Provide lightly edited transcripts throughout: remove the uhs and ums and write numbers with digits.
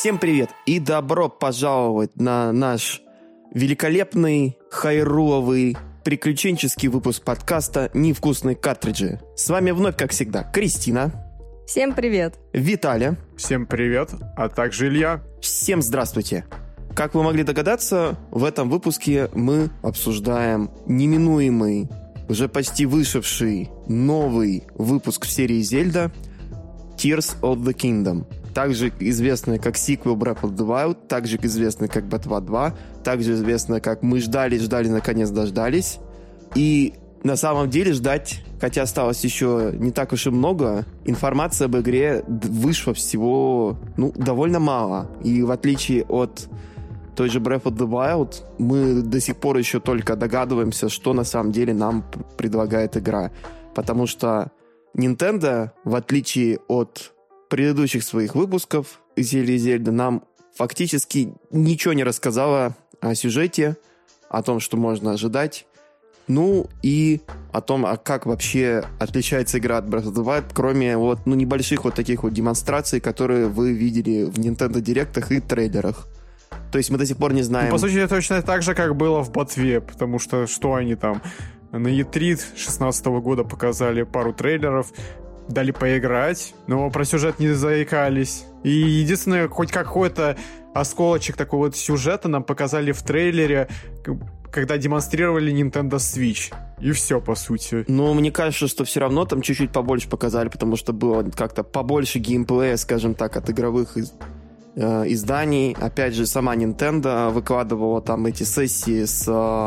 Всем привет и добро пожаловать на наш великолепный, хайруловый, приключенческий выпуск подкаста «Невкусные картриджи». С вами вновь, как всегда, Кристина. Всем привет. Виталя. Всем привет, а также Илья. Всем здравствуйте. Как вы могли догадаться, в этом выпуске мы обсуждаем неминуемый, уже почти вышедший новый выпуск в серии Зельда Tears of the Kingdom. Также известный как сиквел Breath of the Wild, также известный как Ботва 2, также известно как мы ждали, наконец дождались. И на самом деле ждать, хотя осталось еще не так уж и много, информации об игре вышло всего, довольно мало. И в отличие от той же Breath of the Wild, мы до сих пор еще только догадываемся, что на самом деле нам предлагает игра. Потому что Nintendo, в отличие от предыдущих своих выпусков из серии Зельда, нам фактически ничего не рассказала о сюжете, о том, что можно ожидать, и о том, как вообще отличается игра от Breath of the Wild, кроме небольших таких демонстраций, которые вы видели в Nintendo Директах и трейлерах. То есть мы до сих пор не знаем... По сути, это точно так же, как было в Ботве, потому что они там на E3 2016 года показали пару трейлеров, дали поиграть, но про сюжет не заикались. И единственное, хоть какой-то осколочек такого сюжета нам показали в трейлере, когда демонстрировали Nintendo Switch. И все, по сути. Мне кажется, что все равно там чуть-чуть побольше показали, потому что было как-то побольше геймплея, скажем так, от игровых изданий. Опять же, сама Nintendo выкладывала там эти сессии с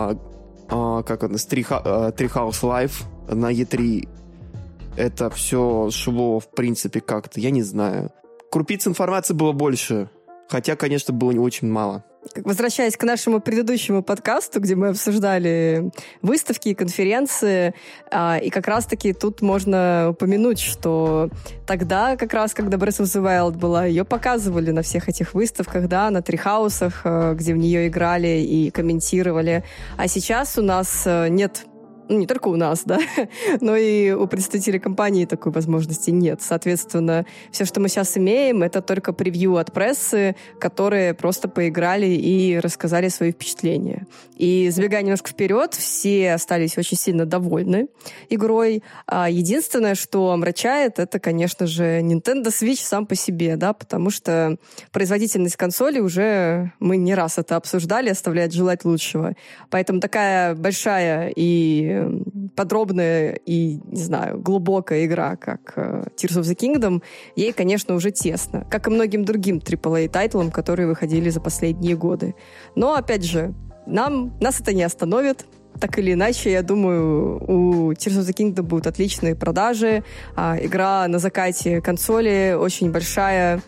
Treehouse Live на E3. Это все шло, в принципе, как-то, я не знаю. Крупиц информации было больше, хотя, конечно, было не очень мало. Возвращаясь к нашему предыдущему подкасту, где мы обсуждали выставки и конференции, и как раз-таки тут можно упомянуть, что тогда, как раз, когда Breath of the Wild была, ее показывали на всех этих выставках, да, на трихаусах, где в нее играли и комментировали. А сейчас у нас нет... не только у нас, да, но и у представителей компании такой возможности нет. Соответственно, все, что мы сейчас имеем, это только превью от прессы, которые просто поиграли и рассказали свои впечатления. И забегая немножко вперед, все остались очень сильно довольны игрой. Единственное, что омрачает, это, конечно же, Nintendo Switch сам по себе, да, потому что производительность консоли уже мы не раз это обсуждали, оставляет желать лучшего. Поэтому такая большая и подробная и, не знаю, глубокая игра, как Tears of the Kingdom, ей, конечно, уже тесно. Как и многим другим AAA-тайтлам, которые выходили за последние годы. Но, опять же, нас это не остановит. Так или иначе, я думаю, у Tears of the Kingdom будут отличные продажи. Игра на закате консоли очень большая.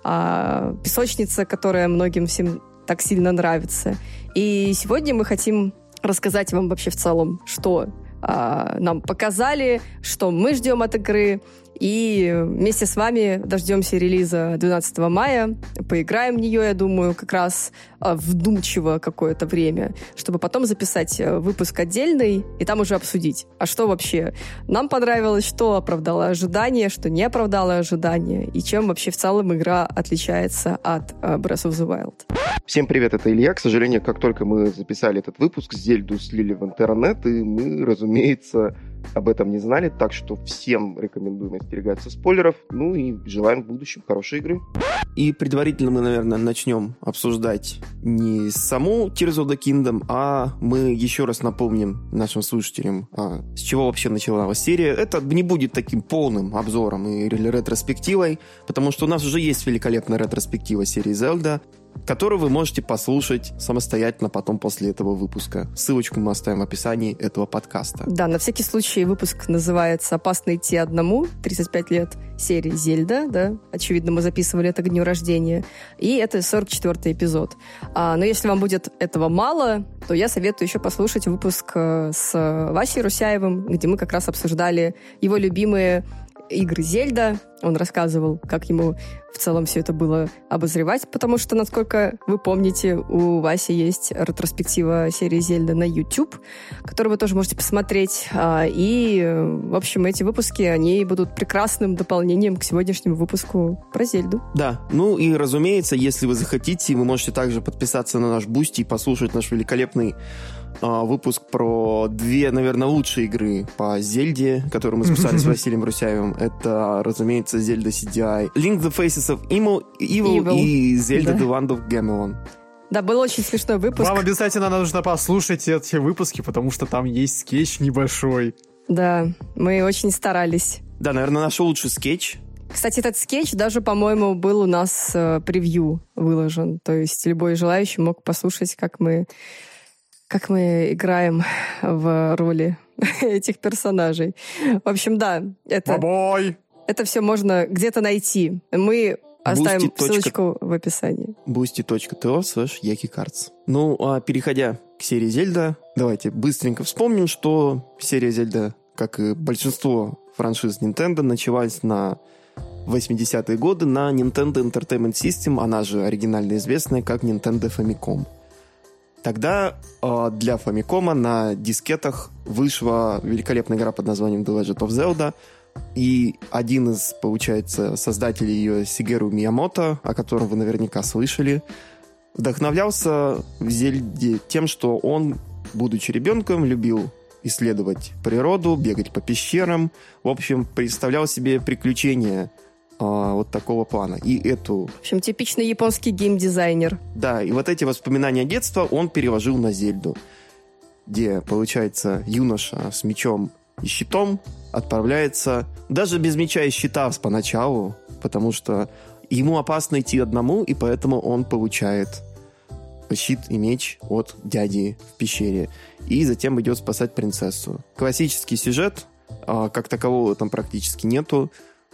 Песочница, которая многим всем так сильно нравится. И сегодня мы хотим рассказать вам вообще в целом, что нам показали, что мы ждем от игры. И вместе с вами дождемся релиза 12 мая. Поиграем в нее, я думаю, как раз вдумчиво какое-то время, чтобы потом записать выпуск отдельный и там уже обсудить. А что вообще нам понравилось, что оправдало ожидания, что не оправдало ожидания, и чем вообще в целом игра отличается от Breath of the Wild. Всем привет, это Илья. К сожалению, как только мы записали этот выпуск, Зельду слили в интернет, и мы, разумеется, об этом не знали, так что всем рекомендуем остерегаться спойлеров, и желаем в будущем хорошей игры. И предварительно мы, наверное, начнем обсуждать не саму Tears of the Kingdom, а мы еще раз напомним нашим слушателям, с чего вообще началась серия. Это не будет таким полным обзором или ретроспективой, потому что у нас уже есть великолепная ретроспектива серии Zelda, которую вы можете послушать самостоятельно потом после этого выпуска. Ссылочку мы оставим в описании этого подкаста. Да, на всякий случай выпуск называется «Опасно идти одному. 35 лет серии Зельда». Да? Очевидно, мы записывали это к дню рождения. И это 44-й эпизод. Но если вам будет этого мало, то я советую еще послушать выпуск с Васей Русяевым, где мы как раз обсуждали его любимые игры Зельда, Он рассказывал, как ему в целом все это было обозревать, потому что, насколько вы помните, у Васи есть ретроспектива серии Зельда на YouTube, которую вы тоже можете посмотреть. И, в общем, эти выпуски, они будут прекрасным дополнением к сегодняшнему выпуску про Зельду. Да, ну и, разумеется, если вы захотите, вы можете также подписаться на наш Бусти и послушать наш великолепный выпуск про две, наверное, лучшие игры по Зельде, которые мы записали с Василием Русяевым. Это, разумеется, Зельда CDI, Link the Faces of Evil. И Зельда The Wand of Gamelon. Да, был очень смешной выпуск. Вам обязательно нужно послушать эти выпуски, потому что там есть скетч небольшой. Да, мы очень старались. Да, наверное, наш лучший скетч. Кстати, этот скетч даже, по-моему, был у нас превью выложен. То есть любой желающий мог послушать, как мы играем в роли этих персонажей. В общем, да, это все можно где-то найти. Мы оставим ссылочку в описании. boosty.to/yakicards. Ну, а переходя к серии Зельда, давайте быстренько вспомним, что серия Зельда, как и большинство франшиз Nintendo, началась на 80-е годы на Nintendo Entertainment System, она же оригинально известная как Nintendo Famicom. Тогда для Famicom на дискетах вышла великолепная игра под названием The Legend of Zelda, и один из, получается, создателей ее, Сигеру Миямото, о котором вы наверняка слышали, вдохновлялся в Зельде тем, что он, будучи ребенком, любил исследовать природу, бегать по пещерам, в общем, представлял себе приключения вот такого плана. И эту... В общем, типичный японский геймдизайнер. Да, и вот эти воспоминания детства он переложил на Зельду, где, получается, юноша с мечом и щитом отправляется даже без меча и щита поначалу, потому что ему опасно идти одному, и поэтому он получает щит и меч от дяди в пещере. И затем идет спасать принцессу. Классический сюжет, как такового там практически нету,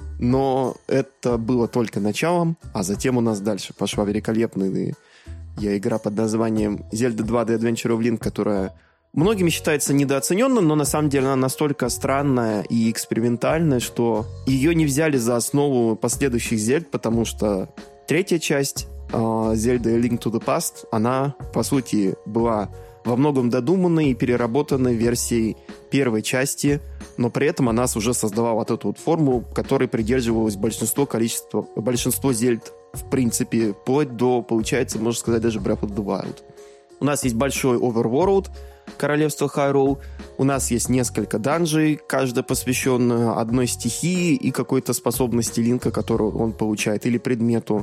но это было только началом, а затем у нас дальше пошла великолепная игра под названием Zelda 2 The Adventure of Link, которая многими считается недооцененной, но на самом деле она настолько странная и экспериментальная, что ее не взяли за основу последующих Зельд, потому что третья часть Zelda Link to the Past, она, по сути, была во многом додуманной и переработанной версией первой части, но при этом она уже создавала вот эту вот форму, которой придерживалось большинство Зельд, в принципе, вплоть до, получается, можно сказать, даже Breath of the Wild. У нас есть большой Overworld, Королевство Хайрул, у нас есть несколько данжей, каждая посвященная одной стихии и какой-то способности Линка, которую он получает, или предмету.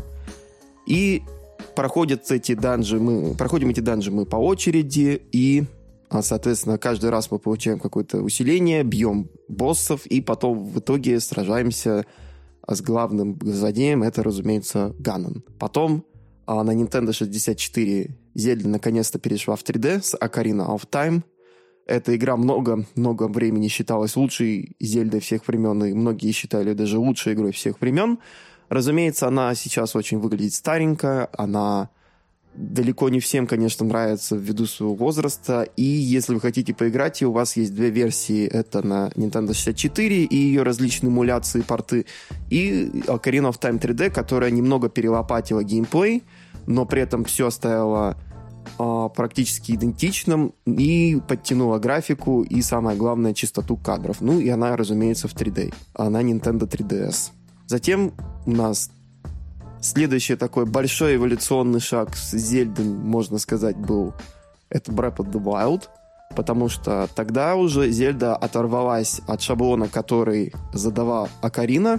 И проходим эти данжи мы по очереди, и, соответственно, каждый раз мы получаем какое-то усиление, бьем боссов, и потом в итоге сражаемся с главным злодеем, это, разумеется, Ганон. Потом на Nintendo 64 Зельда наконец-то перешла в 3D с Ocarina of Time. Эта игра много времени считалась лучшей Зельдой всех времен, и многие считали даже лучшей игрой всех времен. Разумеется, она сейчас очень выглядит старенько, она далеко не всем, конечно, нравится ввиду своего возраста, и если вы хотите поиграть, у вас есть две версии, это на Nintendo 64 и ее различные эмуляции, порты, и Ocarina of Time 3D, которая немного перелопатила геймплей, но при этом все оставила практически идентичным и подтянула графику и, самое главное, частоту кадров. Ну и она, разумеется, в 3D, на Nintendo 3DS. Затем у нас следующий такой большой эволюционный шаг с Зельдой, можно сказать, был это Breath of the Wild, потому что тогда уже Зельда оторвалась от шаблона, который задавала Окарина,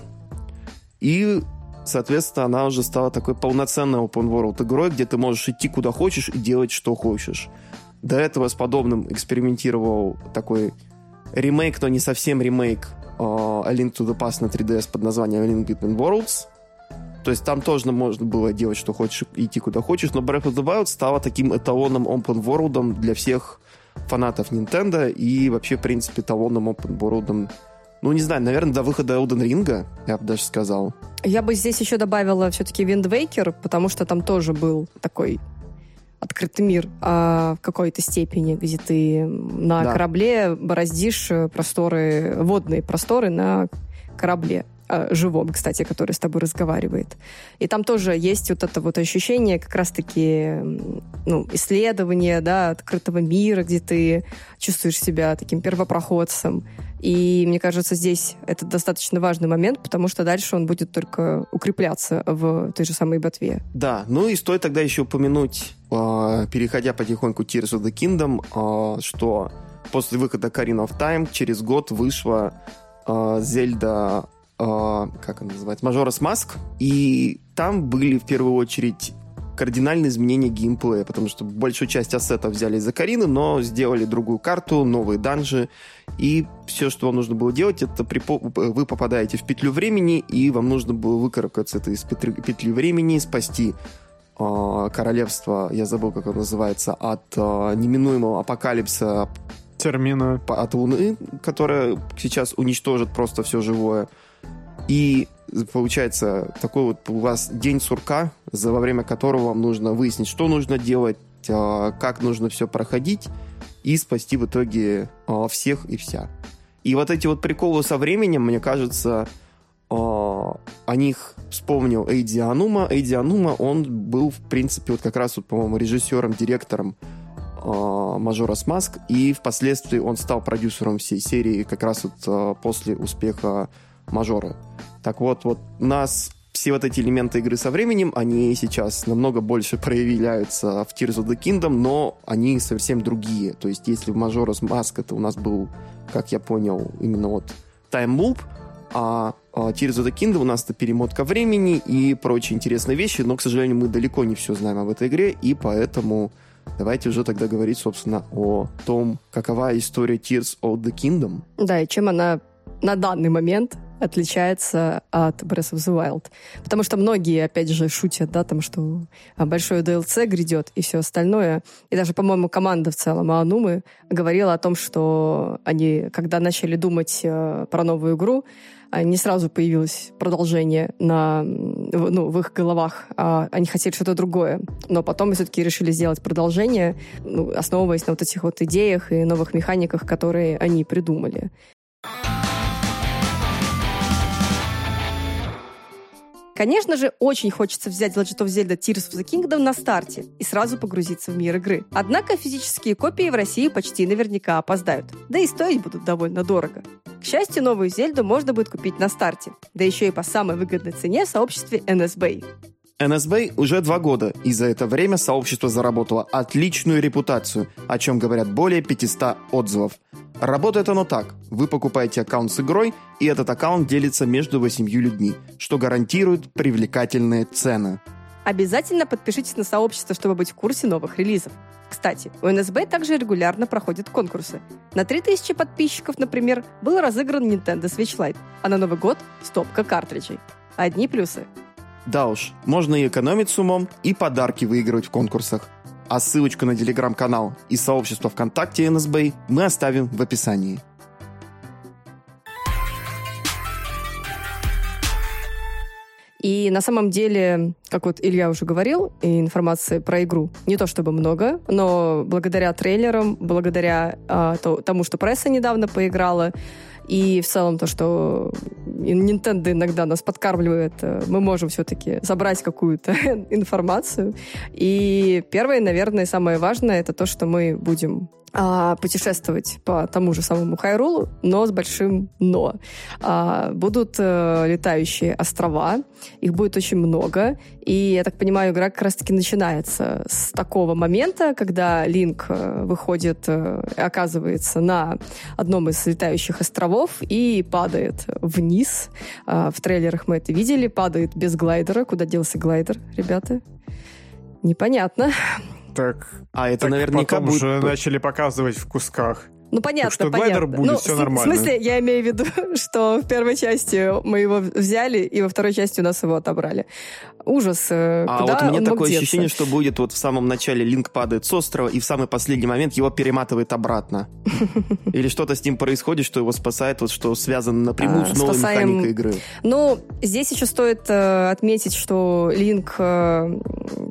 и, соответственно, она уже стала такой полноценной open world игрой, где ты можешь идти куда хочешь и делать что хочешь. До этого с подобным экспериментировал такой ремейк, но не совсем ремейк, A Link to the Past на 3DS под названием A Link Between Worlds. То есть там тоже можно было делать, что хочешь, идти куда хочешь, но Breath of the Wild стала таким эталонным open world'ом для всех фанатов Nintendo и вообще, в принципе, эталонным open world'ом, ну, не знаю, наверное, до выхода Elden Ring, я бы даже сказал. Я бы здесь еще добавила все-таки Wind Waker, потому что там тоже был такой открытый мир в какой-то степени, где ты на корабле бороздишь водные просторы на корабле. живом, кстати, который с тобой разговаривает. И там тоже есть вот это вот ощущение как раз-таки исследования, да, открытого мира, где ты чувствуешь себя таким первопроходцем. И мне кажется, здесь это достаточно важный момент, потому что дальше он будет только укрепляться в той же самой ботве. Да, ну и стоит тогда еще упомянуть, переходя потихоньку к Tears of the Kingdom, что после выхода Ocarina of Time через год вышла Зельда, как она называется, Majora's Mask, и там были в первую очередь кардинальные изменения геймплея, потому что большую часть ассетов взяли из Окарины, но сделали другую карту, новые данжи, и все, что вам нужно было делать, это вы попадаете в петлю времени, и вам нужно было выкарабкаться из петли времени, спасти королевство, я забыл, как оно называется, от неминуемого апокалипса Термина. От Луны, которая сейчас уничтожит просто все живое. И получается такой вот у вас день сурка, во время которого вам нужно выяснить, что нужно делать, как нужно все проходить и спасти в итоге всех и вся. И вот эти вот приколы со временем, мне кажется, о них вспомнил Эйди Анума. Эйди Анума, он был, в принципе, вот как раз, вот, по-моему, режиссером, директором Majora's Mask, и впоследствии он стал продюсером всей серии как раз вот после успеха Мажора. Так вот у нас все вот эти элементы игры со временем, они сейчас намного больше проявляются в Tears of the Kingdom, но они совсем другие. То есть если в Majora's Mask это у нас был, как я понял, именно вот Time Loop, а Tears of the Kingdom у нас это перемотка времени и прочие интересные вещи, но, к сожалению, мы далеко не все знаем об этой игре, и поэтому давайте уже тогда говорить, собственно, о том, какова история Tears of the Kingdom. Да, и чем она на данный момент отличается от Breath of the Wild. Потому что многие, опять же, шутят, да, там, что большое DLC грядет и все остальное. И даже, по-моему, команда в целом Аанумы говорила о том, что они, когда начали думать про новую игру, не сразу появилось продолжение в их головах. Они хотели что-то другое. Но потом все-таки решили сделать продолжение, основываясь на вот этих вот идеях и новых механиках, которые они придумали. Конечно же, очень хочется взять Legend of Zelda Tears of the Kingdom на старте и сразу погрузиться в мир игры. Однако физические копии в России почти наверняка опоздают. Да и стоить будут довольно дорого. К счастью, новую Зельду можно будет купить на старте. Да еще и по самой выгодной цене в сообществе NSBay. NSBay уже 2 года, и за это время сообщество заработало отличную репутацию, о чем говорят более 500 отзывов. Работает оно так. Вы покупаете аккаунт с игрой, и этот аккаунт делится между 8 людьми, что гарантирует привлекательные цены. Обязательно подпишитесь на сообщество, чтобы быть в курсе новых релизов. Кстати, у NSBay также регулярно проходят конкурсы. На 3000 подписчиков, например, был разыгран Nintendo Switch Lite, а на Новый год – стопка картриджей. Одни плюсы. Да уж, можно и экономить с умом, и подарки выигрывать в конкурсах. А ссылочку на телеграм-канал и сообщество ВКонтакте NSBay мы оставим в описании. И на самом деле, как вот Илья уже говорил, информации про игру не то чтобы много, но благодаря трейлерам, благодаря тому, что пресса недавно поиграла, и в целом то, что Nintendo иногда нас подкармливает, мы можем все-таки собрать какую-то информацию. И первое, наверное, самое важное, это то, что мы будем путешествовать по тому же самому Хайрулу, но с большим «но». Будут летающие острова, их будет очень много, и, я так понимаю, игра как раз-таки начинается с такого момента, когда Линк выходит, оказывается на одном из летающих островов и падает вниз. В трейлерах мы это видели, падает без глайдера. Куда делся глайдер, ребята? Непонятно. Это наверняка потом будет... уже начали показывать в кусках. Ну, понятно, что понятно. глайдер будет, все нормально. В смысле, я имею в виду, что в первой части мы его взяли, и во второй части у нас его отобрали. Ужас. Куда вот у меня он мог такое деться? ощущение, что будет вот в самом начале Линк падает с острова, и в самый последний момент его перематывает обратно. Или что-то с ним происходит, что его спасает, вот что связано напрямую с новой механикой игры. Ну, здесь еще стоит отметить, что Линк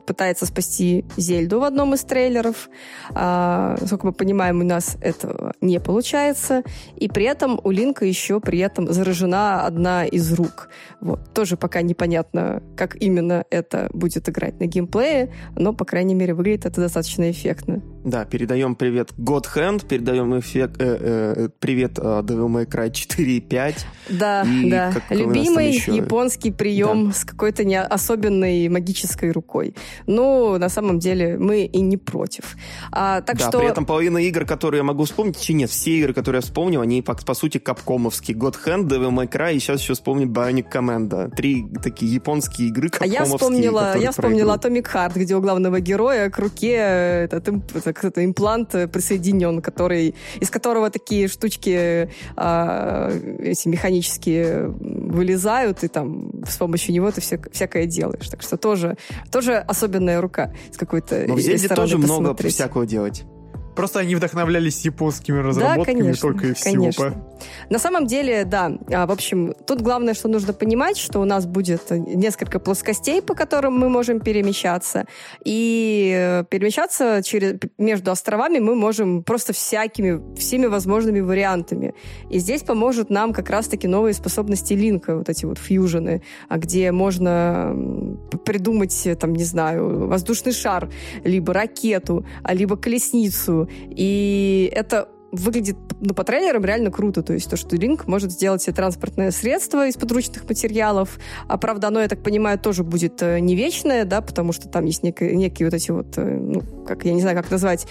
пытается спасти Зельду в одном из трейлеров. Насколько мы понимаем, у нас этого не получается. И при этом у Линка еще при этом заражена одна из рук. Вот. Тоже пока непонятно, как именно это будет играть на геймплее, но, по крайней мере, выглядит это достаточно эффектно. Да, передаем привет God Hand, передаем привет Devil May Cry 4 и 5. Да, да. Любимый японский прием с какой-то особенной магической рукой. Ну, на самом деле, мы и не против. При этом половина игр, которые я могу вспомнить, нет, все игры, которые я вспомнил, они, по сути, капкомовские. God Hand, Devil May Cry, и сейчас еще вспомнить Bionic Commando. 3 такие японские игры капкомовские. Я вспомнила Atomic Heart, где у главного героя к руке этот имплант присоединен, из которого такие штучки эти механические вылезают, и там с помощью него ты всякое делаешь. Так что тоже особенная рука с какой-то. Но в Зельде тоже много всякого делать. Просто они вдохновлялись японскими разработками, да, конечно, только и всего. Конечно. На самом деле, да. В общем, тут главное, что нужно понимать, что у нас будет несколько плоскостей, по которым мы можем перемещаться. И перемещаться между островами мы можем просто всеми возможными вариантами. И здесь поможет нам как раз-таки новые способности Линка, вот эти вот фьюжены, где можно придумать, там, не знаю, воздушный шар, либо ракету, либо колесницу. И это выглядит, по трейлерам реально круто. То есть то, что Линк может сделать себе транспортное средство из подручных материалов. Правда, оно, я так понимаю, тоже будет не вечное, да, потому что там есть некие вот эти вот, я не знаю, как назвать,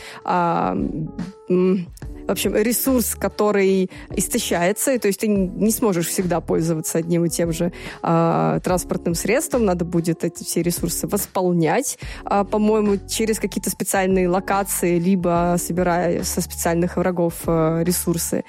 в общем, ресурс, который истощается, и то есть ты не сможешь всегда пользоваться одним и тем же транспортным средством, надо будет эти все ресурсы восполнять, по-моему, через какие-то специальные локации, либо собирая со специальных врагов ресурсы.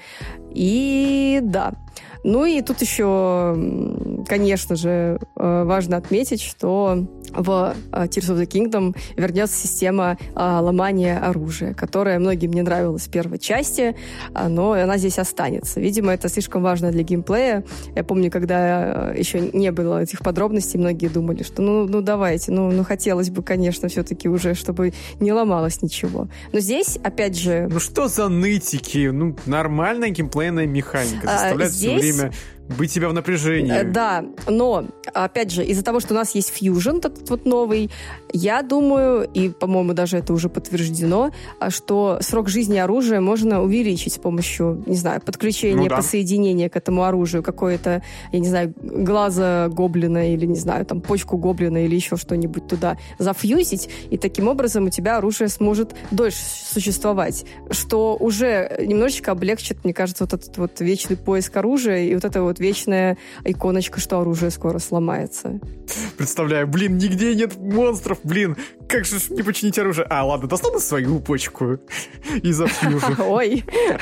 И да. Ну и тут еще, конечно же, важно отметить, что в Tears of the Kingdom вернется система ломания оружия, которая многим не нравилась в первой части, но она здесь останется. Видимо, это слишком важно для геймплея. Я помню, когда еще не было этих подробностей, многие думали, что давайте, хотелось бы, конечно, все-таки уже, чтобы не ломалось ничего. Но здесь, опять же... что за нытики? Нормальная геймплейная механика. Заставляет все время быть себя в напряжении. Да, но, опять же, из-за того, что у нас есть фьюжн, этот вот новый, я думаю, и, по-моему, даже это уже подтверждено, что срок жизни оружия можно увеличить с помощью, не знаю, подключения, подсоединения к этому оружию, какое-то, я не знаю, глаза гоблина или, не знаю, там, почку гоблина или еще что-нибудь туда зафьюзить, и таким образом у тебя оружие сможет дольше существовать, что уже немножечко облегчит, мне кажется, вот этот вот вечный поиск оружия и вот эта вот вечная иконочка, что оружие скоро сломается. Представляю, нигде нет монстров, как же не починить оружие? Ладно, достану свою почку и зафьюжу. Ой,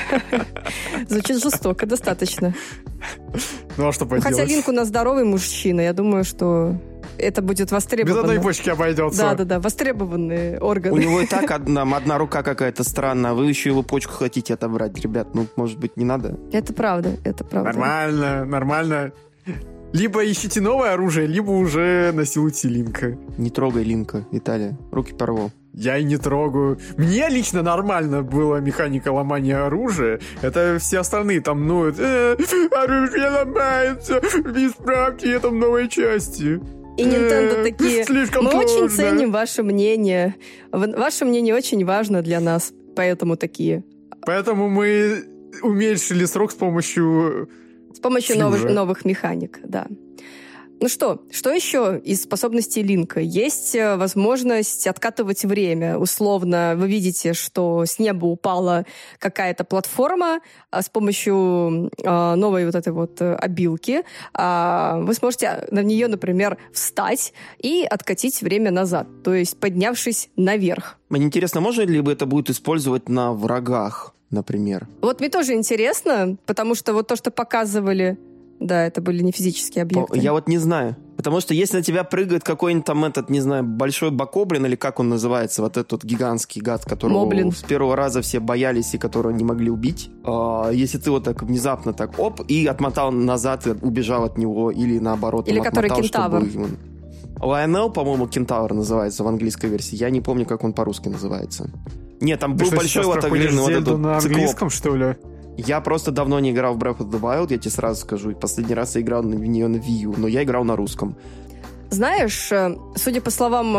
звучит жестоко достаточно. А что поделать? Хотя Линк у нас здоровый мужчина, я думаю, что это будет востребовано. Без одной почки обойдется. Да, востребованные органы. У него и так одна рука какая-то странная, а вы еще его почку хотите отобрать. Ребят, может быть, не надо? Это правда. Нормально. Либо ищите новое оружие, либо уже насилуйте Линка. Не трогай Линка, Виталия. Руки порву. Я и не трогаю. Мне лично нормально была механика ломания оружия. Это все остальные там ноют. Оружие ломается. Исправьте это в новой части. И Nintendo такие, слишком мы сложно. Очень ценим ваше мнение. Ваше мнение очень важно для нас, поэтому такие. Поэтому мы уменьшили срок с помощью новых механик, да. Ну что еще из способностей Линка? Есть возможность откатывать время. Условно, вы видите, что с неба упала какая-то платформа, с помощью новой вот этой вот обилки вы сможете на нее, например, встать и откатить время назад, то есть поднявшись наверх. Мне интересно, можно ли это будет использовать на врагах, например? Вот мне тоже интересно, потому что вот то, что показывали... Да, это были не физические объекты. Я вот не знаю. Потому что если на тебя прыгает какой-нибудь там большой бакоблин, или как он называется, вот этот гигантский гад, которого Моблин. С первого раза все боялись и которого не могли убить, если ты вот так внезапно и отмотал назад, и убежал от него, или наоборот. Или который кентавр. Lionel, по-моему, Кентавр называется в английской версии. Я не помню, как он по-русски называется. Нет, там был большой вот огромный вот этот на циклоп. английском, что ли? Я просто давно не играл в Breath of the Wild, я тебе сразу скажу. Последний раз я играл в нее на Wii U, но я играл на русском. Знаешь, судя по словам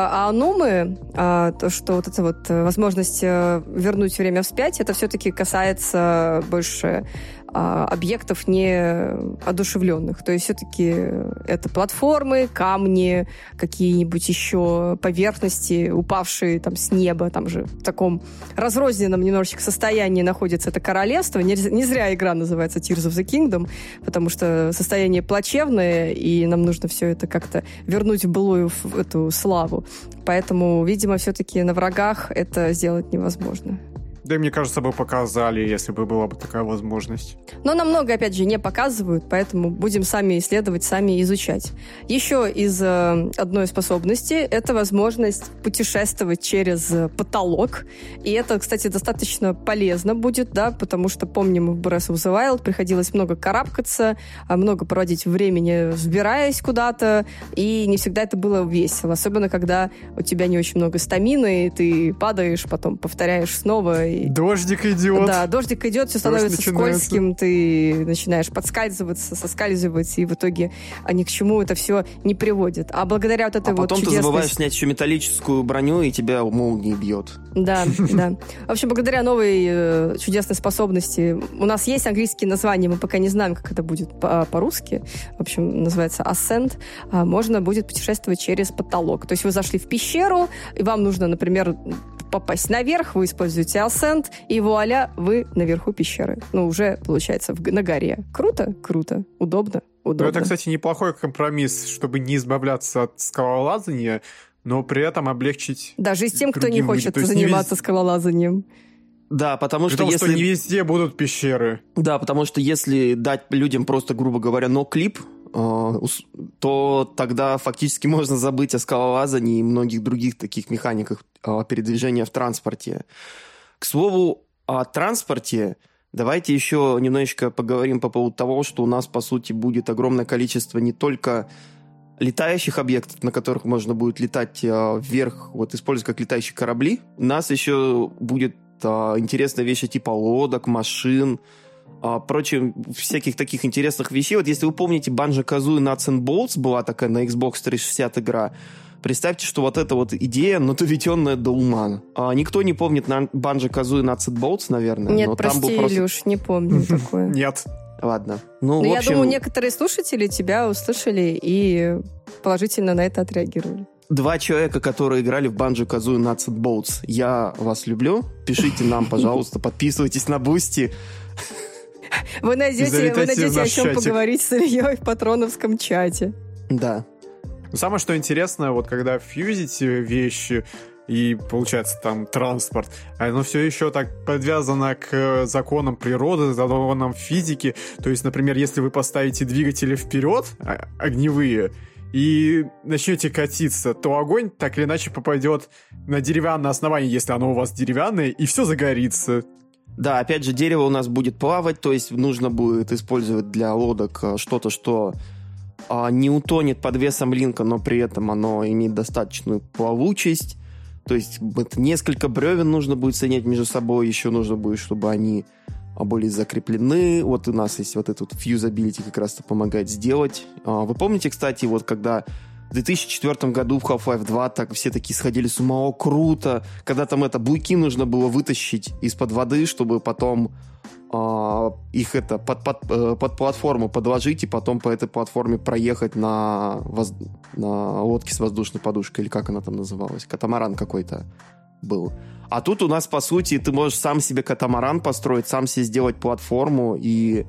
Аонумы, то, что вот эта вот возможность вернуть время вспять, это все-таки касается больше объектов неодушевленных. То есть все-таки это платформы, камни, какие-нибудь еще поверхности, упавшие там с неба, там же в таком разрозненном немножечко состоянии находится это королевство. Не зря игра называется Tears of the Kingdom, потому что состояние плачевное, и нам нужно все это как-то вернуть в былую эту славу. Поэтому, видимо, все-таки на врагах это сделать невозможно. Да и мне кажется, бы показали, если бы была бы такая возможность. Но нам много, опять же, не показывают, поэтому будем сами исследовать, сами изучать. Еще из одной способности — это возможность путешествовать через потолок. И это, кстати, достаточно полезно будет, да, потому что, помним, в Breath of the Wild приходилось много карабкаться, много проводить времени, взбираясь куда-то, и не всегда это было весело. Особенно, когда у тебя не очень много стамины, и ты падаешь, потом повторяешь снова. Дождик идет. Да, дождик идет, все становится скользким, ты начинаешь подскальзываться, соскальзывать, и в итоге ни к чему это все не приводит. А благодаря вот этой вот потом чудесной... ты забываешь снять еще металлическую броню, и тебя молнией бьет. Да, да. В общем, благодаря новой чудесной способности у нас есть английские названия, мы пока не знаем, как это будет по-русски. В общем, называется Ascent. Можно будет путешествовать через потолок. То есть вы зашли в пещеру, и вам нужно, например, попасть наверх, вы используете Ascent, и вуаля, вы наверху пещеры. Ну, уже, получается, на горе. Круто? Круто. Удобно? Удобно. Ну, это, кстати, неплохой компромисс, чтобы не избавляться от скалолазания, но при этом облегчить... Даже с тем, кто не хочет заниматься скалолазанием. Да, потому что если... что не везде будут пещеры. Да, потому что если дать людям просто, грубо говоря, ноклип, то тогда фактически можно забыть о скалолазании и многих других таких механиках передвижения в транспорте. К слову, о транспорте давайте еще немножечко поговорим по поводу того, что у нас, по сути, будет огромное количество не только летающих объектов, на которых можно будет летать вверх, вот используя как летающие корабли. У нас еще будет интересные вещи типа лодок, машин, прочим, всяких таких интересных вещей. Вот если вы помните, Banjo-Kazooie Nuts and Bolts была такая на Xbox 360 игра. Представьте, что вот эта вот идея, но доведенная до ума. Никто не помнит Banjo-Kazooie Nuts and Bolts, наверное. Нет, но прости, там был просто... Илюш, не помню такое. Нет. Ладно. Но я думаю, некоторые слушатели тебя услышали и положительно на это отреагировали. 2 человека, которые играли в Banjo-Kazooie Nuts and Bolts. Я вас люблю. Пишите нам, пожалуйста, подписывайтесь на Бусти. Вы найдете о чем поговорить с Ильей в патроновском чате. Да. Самое, что интересно, вот когда фьюзите вещи и, получается, там транспорт, оно все еще так подвязано к законам природы, законам физики. То есть, например, если вы поставите двигатели вперед, огневые, и начнете катиться, то огонь так или иначе попадет на деревянное основание, если оно у вас деревянное, и все загорится. Да, опять же, дерево у нас будет плавать, то есть нужно будет использовать для лодок что-то, что не утонет под весом линка, но при этом оно имеет достаточную плавучесть. То есть несколько бревен нужно будет соединять между собой, еще нужно будет, чтобы они были закреплены. Вот у нас есть вот этот фьюзабилити, как раз-то помогает сделать. Вы помните, кстати, вот когда в 2004 году в Half-Life 2 так все такие сходили с ума, о, круто, когда там буйки нужно было вытащить из-под воды, чтобы потом их под платформу подложить и потом по этой платформе проехать на лодке с воздушной подушкой, или как она там называлась, катамаран какой-то был. А тут у нас, по сути, ты можешь сам себе катамаран построить, сам себе сделать платформу и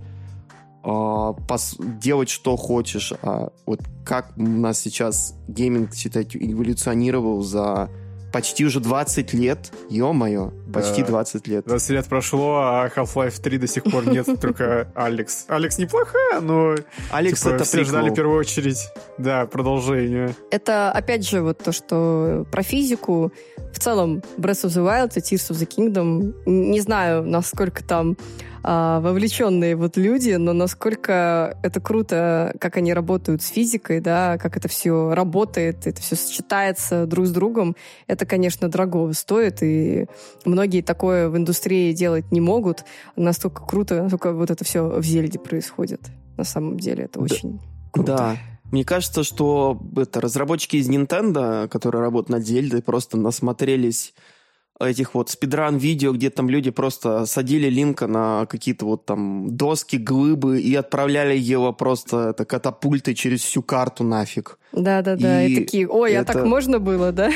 делать, что хочешь. Вот как у нас сейчас гейминг, считайте, эволюционировал за почти уже 20 лет. Ё-моё. Почти 20 лет. 20 лет прошло, а Half-Life 3 до сих пор нет, только Алекс. Алекс неплохая, но Алекс типа, это все ждали в первую очередь, да, продолжение. Это, опять же, вот то, что про физику. В целом, Breath of the Wild и Tears of the Kingdom, не знаю, насколько там вовлеченные вот люди, но насколько это круто, как они работают с физикой, да, как это все работает, это все сочетается друг с другом. Это, конечно, дорого стоит, и многие такое в индустрии делать не могут. Настолько круто, насколько вот это все в Зельде происходит. На самом деле это очень круто. Да. Мне кажется, что разработчики из Nintendo, которые работают над Зельдой, просто насмотрелись этих вот спидран-видео, где там люди просто садили Линка на какие-то вот там доски, глыбы и отправляли его просто катапультой через всю карту нафиг. Да-да-да, и такие, ой, а так можно было, да?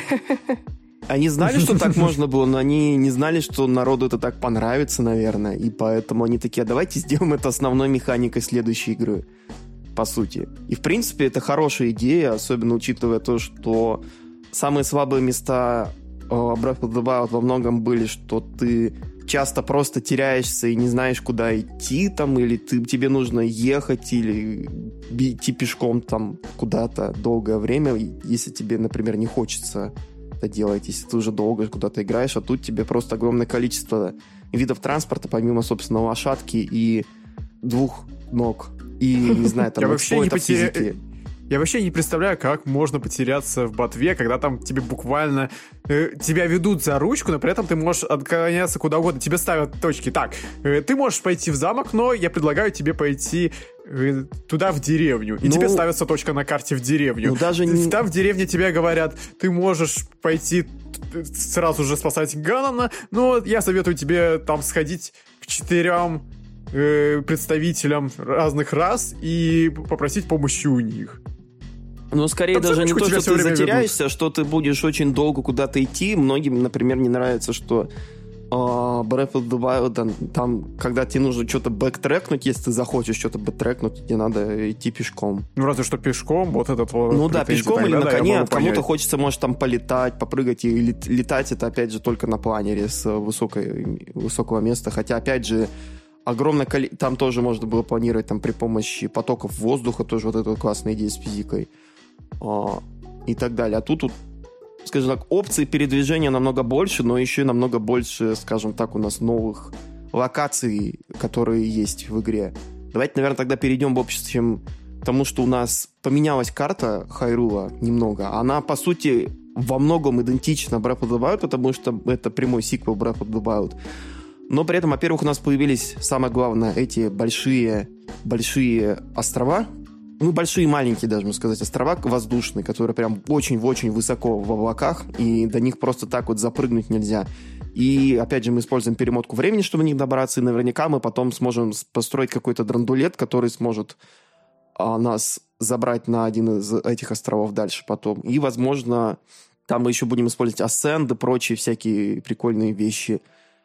Они знали, что так можно было, но они не знали, что народу это так понравится, наверное, и поэтому они такие, а давайте сделаем это основной механикой следующей игры, по сути. И, в принципе, это хорошая идея, особенно учитывая то, что самые слабые места Breath of the Wild во многом были, что ты часто просто теряешься и не знаешь, куда идти там, или тебе нужно ехать, или идти пешком там куда-то долгое время, если тебе, например, не хочется это делать, если ты уже долго куда-то играешь, а тут тебе просто огромное количество видов транспорта, помимо, собственно, лошадки и двух ног. И, не знаю, там, физики. Я вообще не представляю, как можно потеряться в ботве, когда там тебе буквально... тебя ведут за ручку, но при этом ты можешь отклоняться куда угодно. Тебе ставят точки. Так, ты можешь пойти в замок, но я предлагаю тебе пойти туда, в деревню. И тебе ставится точка на карте в деревню. Там в деревне тебе говорят, ты можешь пойти сразу же спасать Ганона, но я советую тебе там сходить к 4 представителям разных рас и попросить помощи у них. Ну, скорее там даже не то, что ты затеряешься, ведут. что ты будешь очень долго куда-то идти. Многим, например, не нравится, что Breath of the Wild, там, когда тебе нужно что-то бэктрекнуть, если ты захочешь что-то бэктрекнуть, тебе надо идти пешком. Ну, разве что пешком, вот этот вот. Ну да, пешком или на коне. Кому-то понять. хочется, может, там полетать, попрыгать. И летать это, опять же, только на планере с высокого места. Хотя, опять же, огромное количество... Там тоже можно было планировать там, при помощи потоков воздуха, тоже вот эта классная идея с физикой. И так далее. А тут, скажем так, опций передвижения намного больше, но еще и намного больше, скажем так, у нас новых локаций, которые есть в игре. Давайте, наверное, тогда перейдем в общем к тому, что у нас поменялась карта Хайрула немного. Она, по сути, во многом идентична Breath of the Wild, потому что это прямой сиквел Breath of the Wild. Но при этом, во-первых, у нас появились, самое главное, эти большие острова. Ну, большие и маленькие, даже, можно сказать, острова воздушные, которые прям очень-очень высоко в облаках, и до них просто так вот запрыгнуть нельзя. И, опять же, мы используем перемотку времени, чтобы до них добраться, и наверняка мы потом сможем построить какой-то драндулет, который сможет нас забрать на один из этих островов дальше потом. И, возможно, там мы еще будем использовать ассенды, прочие всякие прикольные вещи,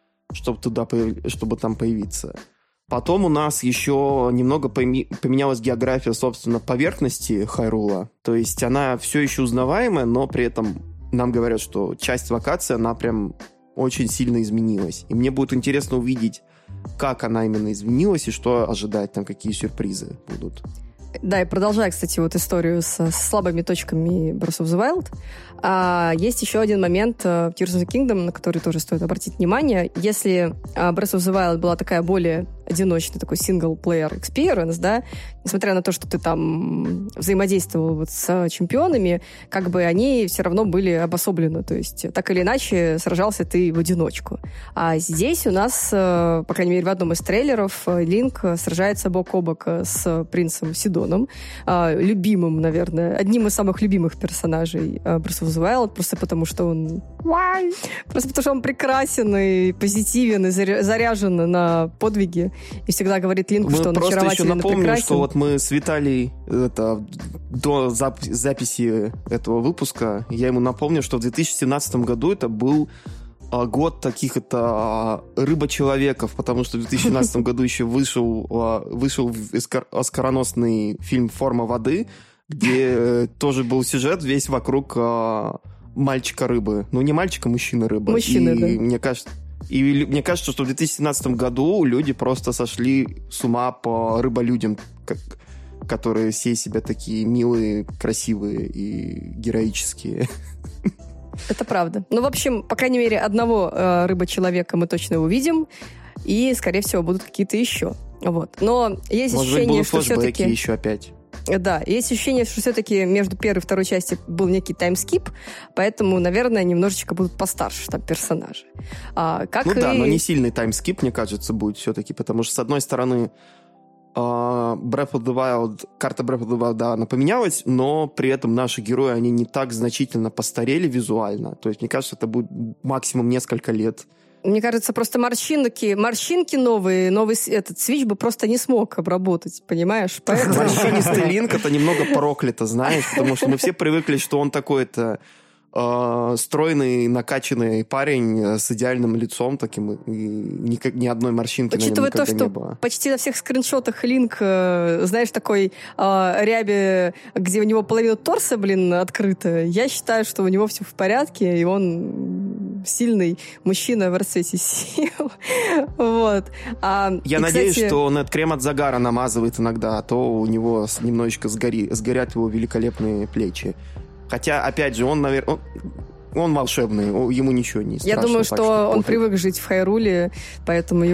чтобы там появиться. Потом у нас еще немного поменялась география, собственно, поверхности Хайрула. То есть она все еще узнаваемая, но при этом нам говорят, что часть локации, она прям очень сильно изменилась. И мне будет интересно увидеть, как она именно изменилась и что ожидать, там какие сюрпризы будут. Да, и продолжая, кстати, вот историю с слабыми точками Breath of the Wild, есть еще один момент в Tears of the Kingdom, на который тоже стоит обратить внимание. Если Breath of the Wild была такая более одиночный такой single-player experience, да, несмотря на то, что ты там взаимодействовал вот с чемпионами, как бы они все равно были обособлены, то есть так или иначе сражался ты в одиночку. А здесь у нас, по крайней мере, в одном из трейлеров Линк сражается бок о бок с принцем Сидоном, любимым, наверное, одним из самых любимых персонажей Breath of the Wild, просто потому что он... Просто потому что он прекрасен и позитивен, и заряжен на подвиги. И всегда говорит Линку, что он очарователен и прекрасен. Мы просто еще напомним, что вот мы с Виталией до записи этого выпуска, я ему напомню, что в 2017 году это был год таких рыбочеловеков, потому что в 2017 году еще вышел оскароносный фильм «Форма воды», где тоже был сюжет весь вокруг мальчика-рыбы. Ну, не мальчика, мужчина-рыбы. Мужчина, да. Мне кажется, И мне кажется, что в 2017 году люди просто сошли с ума по рыболюдям, которые все из себя такие милые, красивые и героические. Это правда. Ну, в общем, по крайней мере, одного рыба-человека мы точно увидим, и, скорее всего, будут какие-то еще. Вот. Но есть ощущение, что все-таки... еще опять. Да, есть ощущение, что все-таки между первой и второй частью был некий таймскип, поэтому, наверное, немножечко будут постарше там персонажи. Да, но не сильный таймскип, мне кажется, будет все-таки, потому что, с одной стороны, Breath of the Wild, карта Breath of the Wild, да, она поменялась, но при этом наши герои, они не так значительно постарели визуально. То есть, мне кажется, это будет максимум несколько лет. Мне кажется, просто морщинки новые, новый этот Switch бы просто не смог обработать, понимаешь? Поэтому... Морщинистый Линк — это немного проклято, знаешь, потому что мы все привыкли, что он такой-то стройный, накачанный парень с идеальным лицом таким, и ни одной морщинки на нем никогда не было. Учитывая то, что почти на всех скриншотах Линк, знаешь, такой ряби, где у него половина торса, открыта, я считаю, что у него все в порядке, и он сильный мужчина в расцвете сил. Вот. Я надеюсь, что он крем от загара намазывает иногда, а то у него немножечко сгорят его великолепные плечи. Хотя, опять же, он, наверное, он волшебный, ему ничего не страшно. Я думаю, что он привык жить в Хайруле, поэтому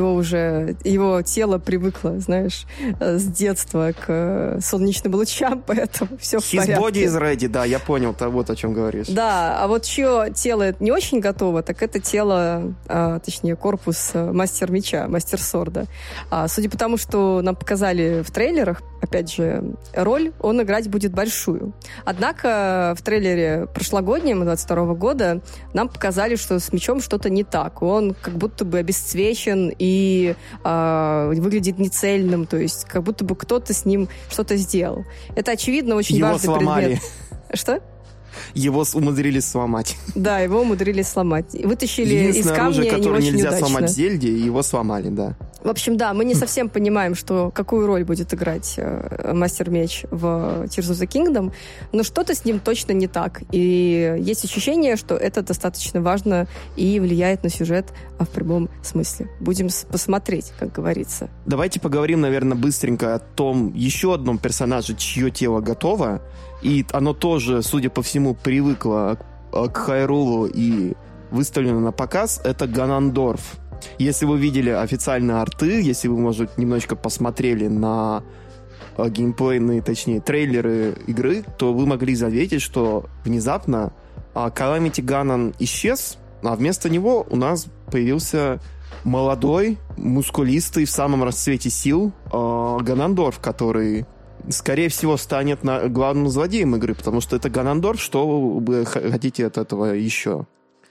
его тело привыкло, знаешь, с детства к солнечным лучам, поэтому все в порядке. His body is ready, да, я понял, вот о чем говоришь. Да, а вот чье тело не очень готово, так это тело, точнее, корпус мастер меча, мастер сорда. Судя по тому, что нам показали в трейлерах, опять же, роль он играть будет большую. Однако в трейлере прошлогоднем, 22 года, нам показали, что с мечом что-то не так. Он как будто бы обесцвечен и выглядит нецельным, то есть как будто бы кто-то с ним что-то сделал. Это, очевидно, очень важный предмет. Что? Его умудрились сломать. Да, его умудрились сломать. Вытащили из камня оружие, которое нельзя удачно сломать в Зельде, его сломали, да. В общем, да, мы не совсем понимаем, какую роль будет играть Мастер Меч в Tears of the Kingdom, но что-то с ним точно не так. И есть ощущение, что это достаточно важно и влияет на сюжет в прямом смысле. Будем посмотреть, как говорится. Давайте поговорим, наверное, быстренько о том еще одном персонаже, чье тело готово, и оно тоже, судя по всему, привыкло к Хайрулу и выставлено на показ. Это Ганандорф. Если вы видели официальные арты, если вы, может, немножечко посмотрели на геймплейные, точнее, трейлеры игры, то вы могли заметить, что внезапно Calamity Ganon исчез, а вместо него у нас появился молодой, мускулистый, в самом расцвете сил Ганандорф, который, скорее всего, станет главным злодеем игры, потому что это Ганандорф, что вы хотите от этого еще.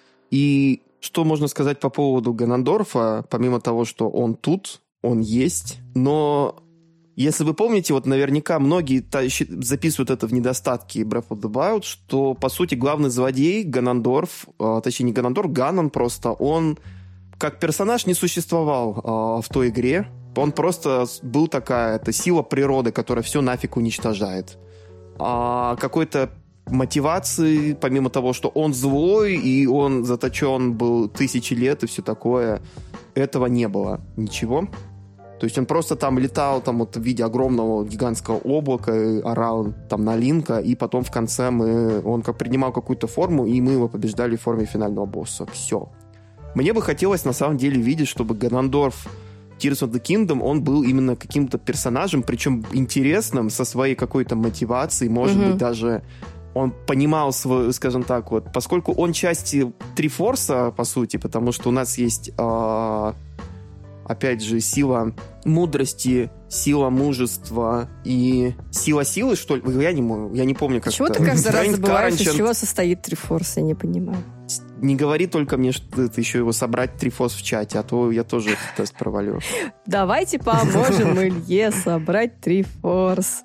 И что можно сказать по поводу Ганандорфа, помимо того, что он тут, он есть, но если вы помните, вот наверняка многие записывают это в недостатки Breath of the Wild, что, по сути, главный злодей Ганандорф, точнее, не Ганандорф, Ганон просто, он как персонаж не существовал в той игре, он просто был это сила природы, которая все нафиг уничтожает. Какой-то мотивации, помимо того, что он злой, и он заточен был 1000 лет и все такое, этого не было ничего. То есть он просто там летал в виде огромного гигантского облака, орал там на Линка, и потом в конце он принимал какую-то форму, и мы его побеждали в форме финального босса. Все. Мне бы хотелось на самом деле видеть, чтобы Ганандорф Tears of the Kingdom, он был именно каким-то персонажем, причем интересным, со своей какой-то мотивацией, может быть, даже он понимал свою, скажем так, поскольку он часть Трифорса, по сути, потому что у нас есть, опять же, сила мудрости, сила мужества и сила силы, что ли? Я не помню, как Почему это. Почему ты каждый раз забываешь, из чего состоит Трифорс? Я не понимаю. Не говори только мне, что это еще его собрать Трифорс в чате, а то я тоже этот тест провалю. Давайте поможем Илье собрать Трифорс.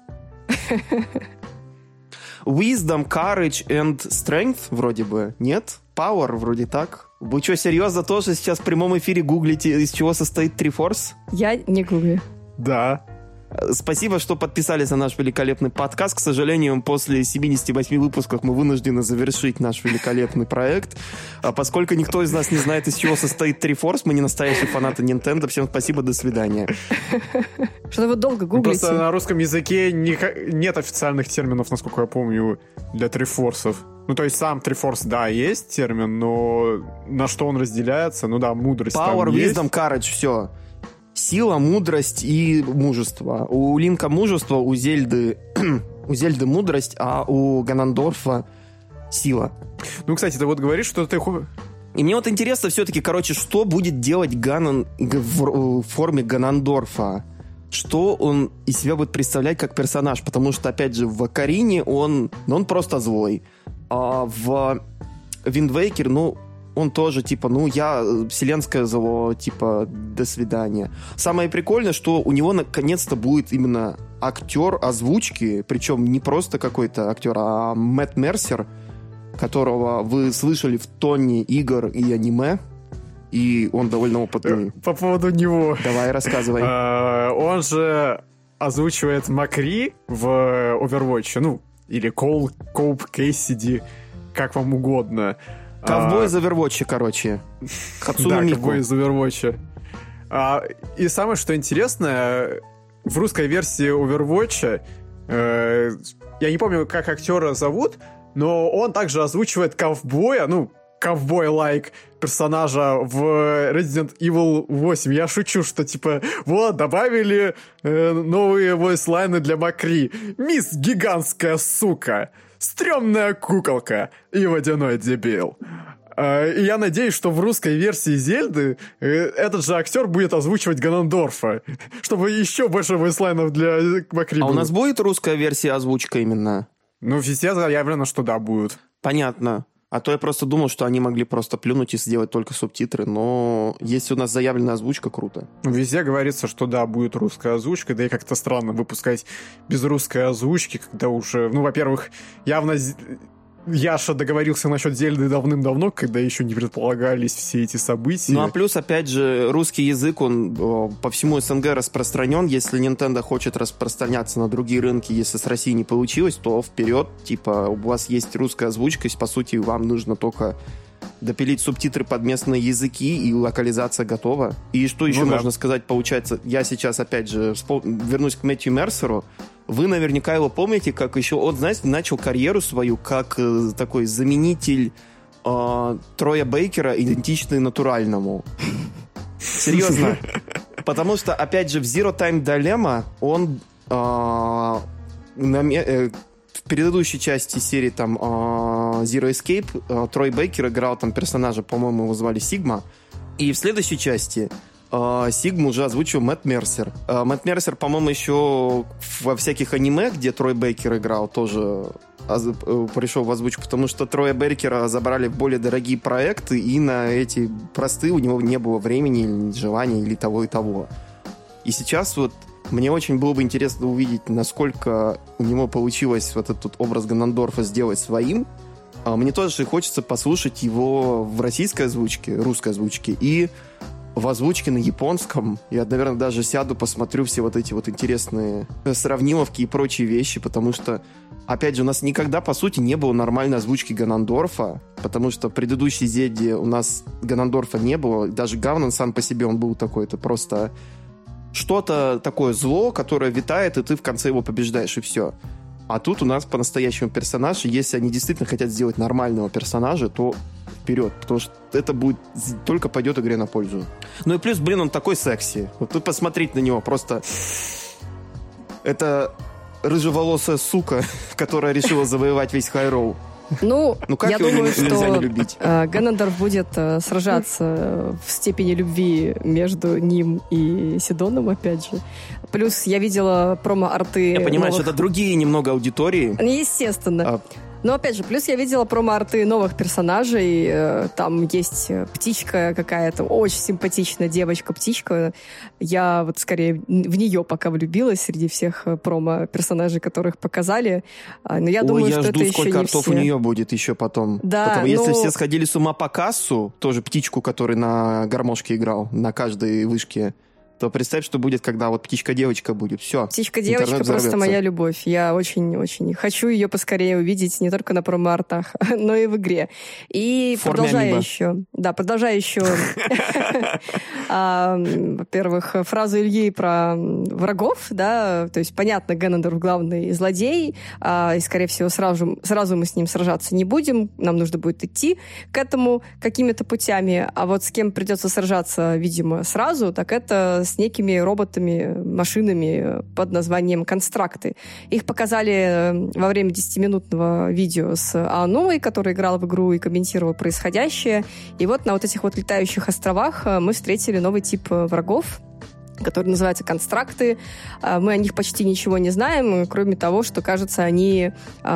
Wisdom, Courage and Strength вроде бы, нет? Power вроде так. Вы что, серьезно тоже сейчас в прямом эфире гуглите, из чего состоит Трифорс? Я не гуглю. Да. Спасибо, что подписались на наш великолепный подкаст. К сожалению, после 78 выпусков мы вынуждены завершить наш великолепный проект. Поскольку никто из нас не знает, из чего состоит Triforce, мы не настоящие фанаты Nintendo. Всем спасибо, до свидания. Что вы долго гуглите? Просто на русском языке нет официальных терминов, насколько я помню, для Трифорсов. Ну, то есть сам Triforce, да, есть термин, но на что он разделяется? Ну да, мудрость Power, там есть. wisdom, courage, все. Сила, мудрость и мужество. У Линка мужество, у Зельды мудрость, а у Ганандорфа сила. Ну, кстати, ты вот говоришь, что ты... И мне вот интересно все-таки, короче, что будет делать Ганон в форме Ганандорфа? Что он из себя будет представлять как персонаж? Потому что, опять же, в Окарине он просто злой. А в Wind Waker, он тоже, типа, я вселенское зло, типа, до свидания. Самое прикольное, что у него наконец-то будет именно актер озвучки, причем не просто какой-то актер, а Мэтт Мерсер, которого вы слышали в тоне игр и аниме, и он довольно опытный. По поводу него. Давай, рассказывай. Он же озвучивает Макри в Overwatch, или Коуп Кейсиди, как вам угодно. Ковбой из Overwatch, короче. Хацуна Мику. Да, ковбой из Overwatch. И самое, что интересно, в русской версии Overwatch, я не помню, как актера зовут, но он также озвучивает ковбоя, ковбой-лайк персонажа в Resident Evil 8. Я шучу, что типа, добавили новые войслайны для Макри. Мисс гигантская сука, стрёмная куколка и водяной дебил. И я надеюсь, что в русской версии Зельды этот же актер будет озвучивать Ганандорфа, чтобы еще больше войслайнов для Макри было. А у нас будет русская версия озвучка именно? Везде заявлено, что да, будет. Понятно. А то я просто думал, что они могли просто плюнуть и сделать только субтитры, но если у нас заявленная озвучка, круто. Везде говорится, что да, будет русская озвучка, да и как-то странно выпускать без русской озвучки, когда уже, во-первых, явно Яша договорился насчет Зельды давным-давно, когда еще не предполагались все эти события. А плюс, опять же, русский язык, он по всему СНГ распространен. Если Nintendo хочет распространяться на другие рынки, если с Россией не получилось, то вперед, у вас есть русская озвучка, по сути, вам нужно только допилить субтитры под местные языки, и локализация готова. И что еще можно сказать, получается, я сейчас, опять же, вернусь к Мэтью Мерсеру. Вы наверняка его помните, как еще он, знаете, начал карьеру свою как такой заменитель Троя Бейкера, идентичный натуральному. Серьезно. Потому что, опять же, в Zero Time Dilemma он в предыдущей части серии там Zero Escape Трой Бейкер играл там персонажа, по-моему, его звали Сигма. И в следующей части Сигму уже озвучил Мэтт Мерсер. Мэтт Мерсер, по-моему, еще во всяких аниме, где Трой Бейкер играл, тоже пришел в озвучку, потому что Троя Бейкера забрали в более дорогие проекты, и на эти простые у него не было времени, или желания, или того и того. И сейчас мне очень было бы интересно увидеть, насколько у него получилось этот образ Ганандорфа сделать своим. Мне тоже хочется послушать его в российской озвучке, русской озвучке, и в озвучке на японском. Я, наверное, даже сяду, посмотрю все эти интересные сравнимовки и прочие вещи, потому что, опять же, у нас никогда, по сути, не было нормальной озвучки Ганандорфа, потому что в предыдущей Зельде у нас Ганандорфа не было. Даже Гавнан сам по себе, он был такой, это просто что-то такое зло, которое витает, и ты в конце его побеждаешь, и все. А тут у нас по-настоящему персонаж, и если они действительно хотят сделать нормального персонажа, то вперед, потому что это будет только пойдет игре на пользу. Ну и плюс, он такой секси. Вы посмотрите на него, просто это рыжеволосая сука, которая решила завоевать весь Хайроу. Как я его думаю, нельзя не любить? что Ганандорф будет сражаться в степени любви между ним и Сидоном, опять же. Плюс я видела промо-арты. Я понимаю, что это другие немного аудитории. Естественно. Но, опять же, плюс я видела промо-арты новых персонажей. Там есть птичка какая-то, очень симпатичная девочка-птичка. Я скорее в нее пока влюбилась среди всех промо-персонажей, которых показали. Но я думаю, что это еще не все. Я жду, сколько артов у нее будет еще потом. Да, если все сходили с ума по Кассу, тоже птичку, который на гармошке играл, на каждой вышке, то представь, что будет, когда вот птичка-девочка будет. Все. Птичка-девочка просто моя любовь. Я очень-очень хочу ее поскорее увидеть не только на промо-артах, но и в игре. И продолжая еще, во-первых, фразу Ильи про врагов, да, то есть, понятно, Генандорф главный злодей, и, скорее всего, сразу мы с ним сражаться не будем, нам нужно будет идти к этому какими-то путями, а вот с кем придется сражаться, видимо, сразу, так это с некими роботами, машинами под названием «Констракты». Их показали во время 10-минутного видео с Аоной, который играл в игру и комментировал происходящее, и вот на вот этих вот летающих островах мы встретили новый тип врагов, которые называются констракты. Мы о них почти ничего не знаем, кроме того, что, кажется, они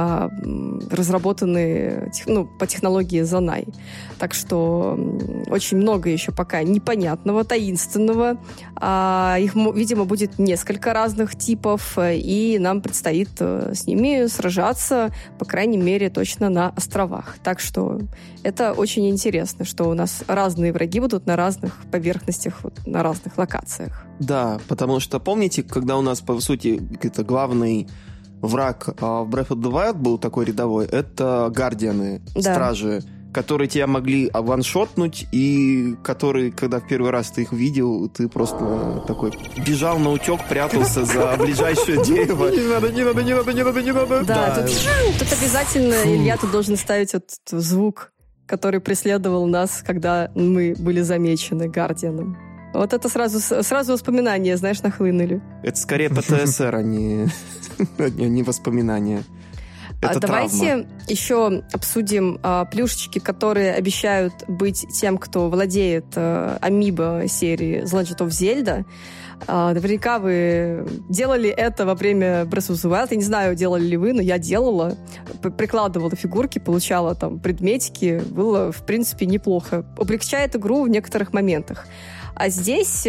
разработаны по технологии Занай. Так что очень много еще пока непонятного, таинственного. Их, видимо, будет несколько разных типов, и нам предстоит с ними сражаться, по крайней мере, точно на островах. Так что это очень интересно, что у нас разные враги будут на разных поверхностях, на разных локациях. Да, потому что, помните, когда у нас, по сути, это главный враг в Breath of the Wild был такой рядовой, это гардианы, стражи, которые тебя могли ваншотнуть, и которые, когда в первый раз ты их видел, ты просто такой бежал на утек, прятался за ближайшее дерево. Не надо. Да, тут обязательно, Илья, ты должен ставить вот звук, который преследовал нас, когда мы были замечены гардианом. Вот это сразу воспоминания, знаешь, нахлынули. Это скорее ПТСР, а не воспоминания. Это давайте еще обсудим плюшечки, которые обещают быть тем, кто владеет амибо серии The Legend of Zelda. Наверняка вы делали это во время Breath of the Wild. Я не знаю, делали ли вы, но я делала. Прикладывала фигурки, получала там предметики. Было, в принципе, неплохо. Облегчает игру в некоторых моментах. А здесь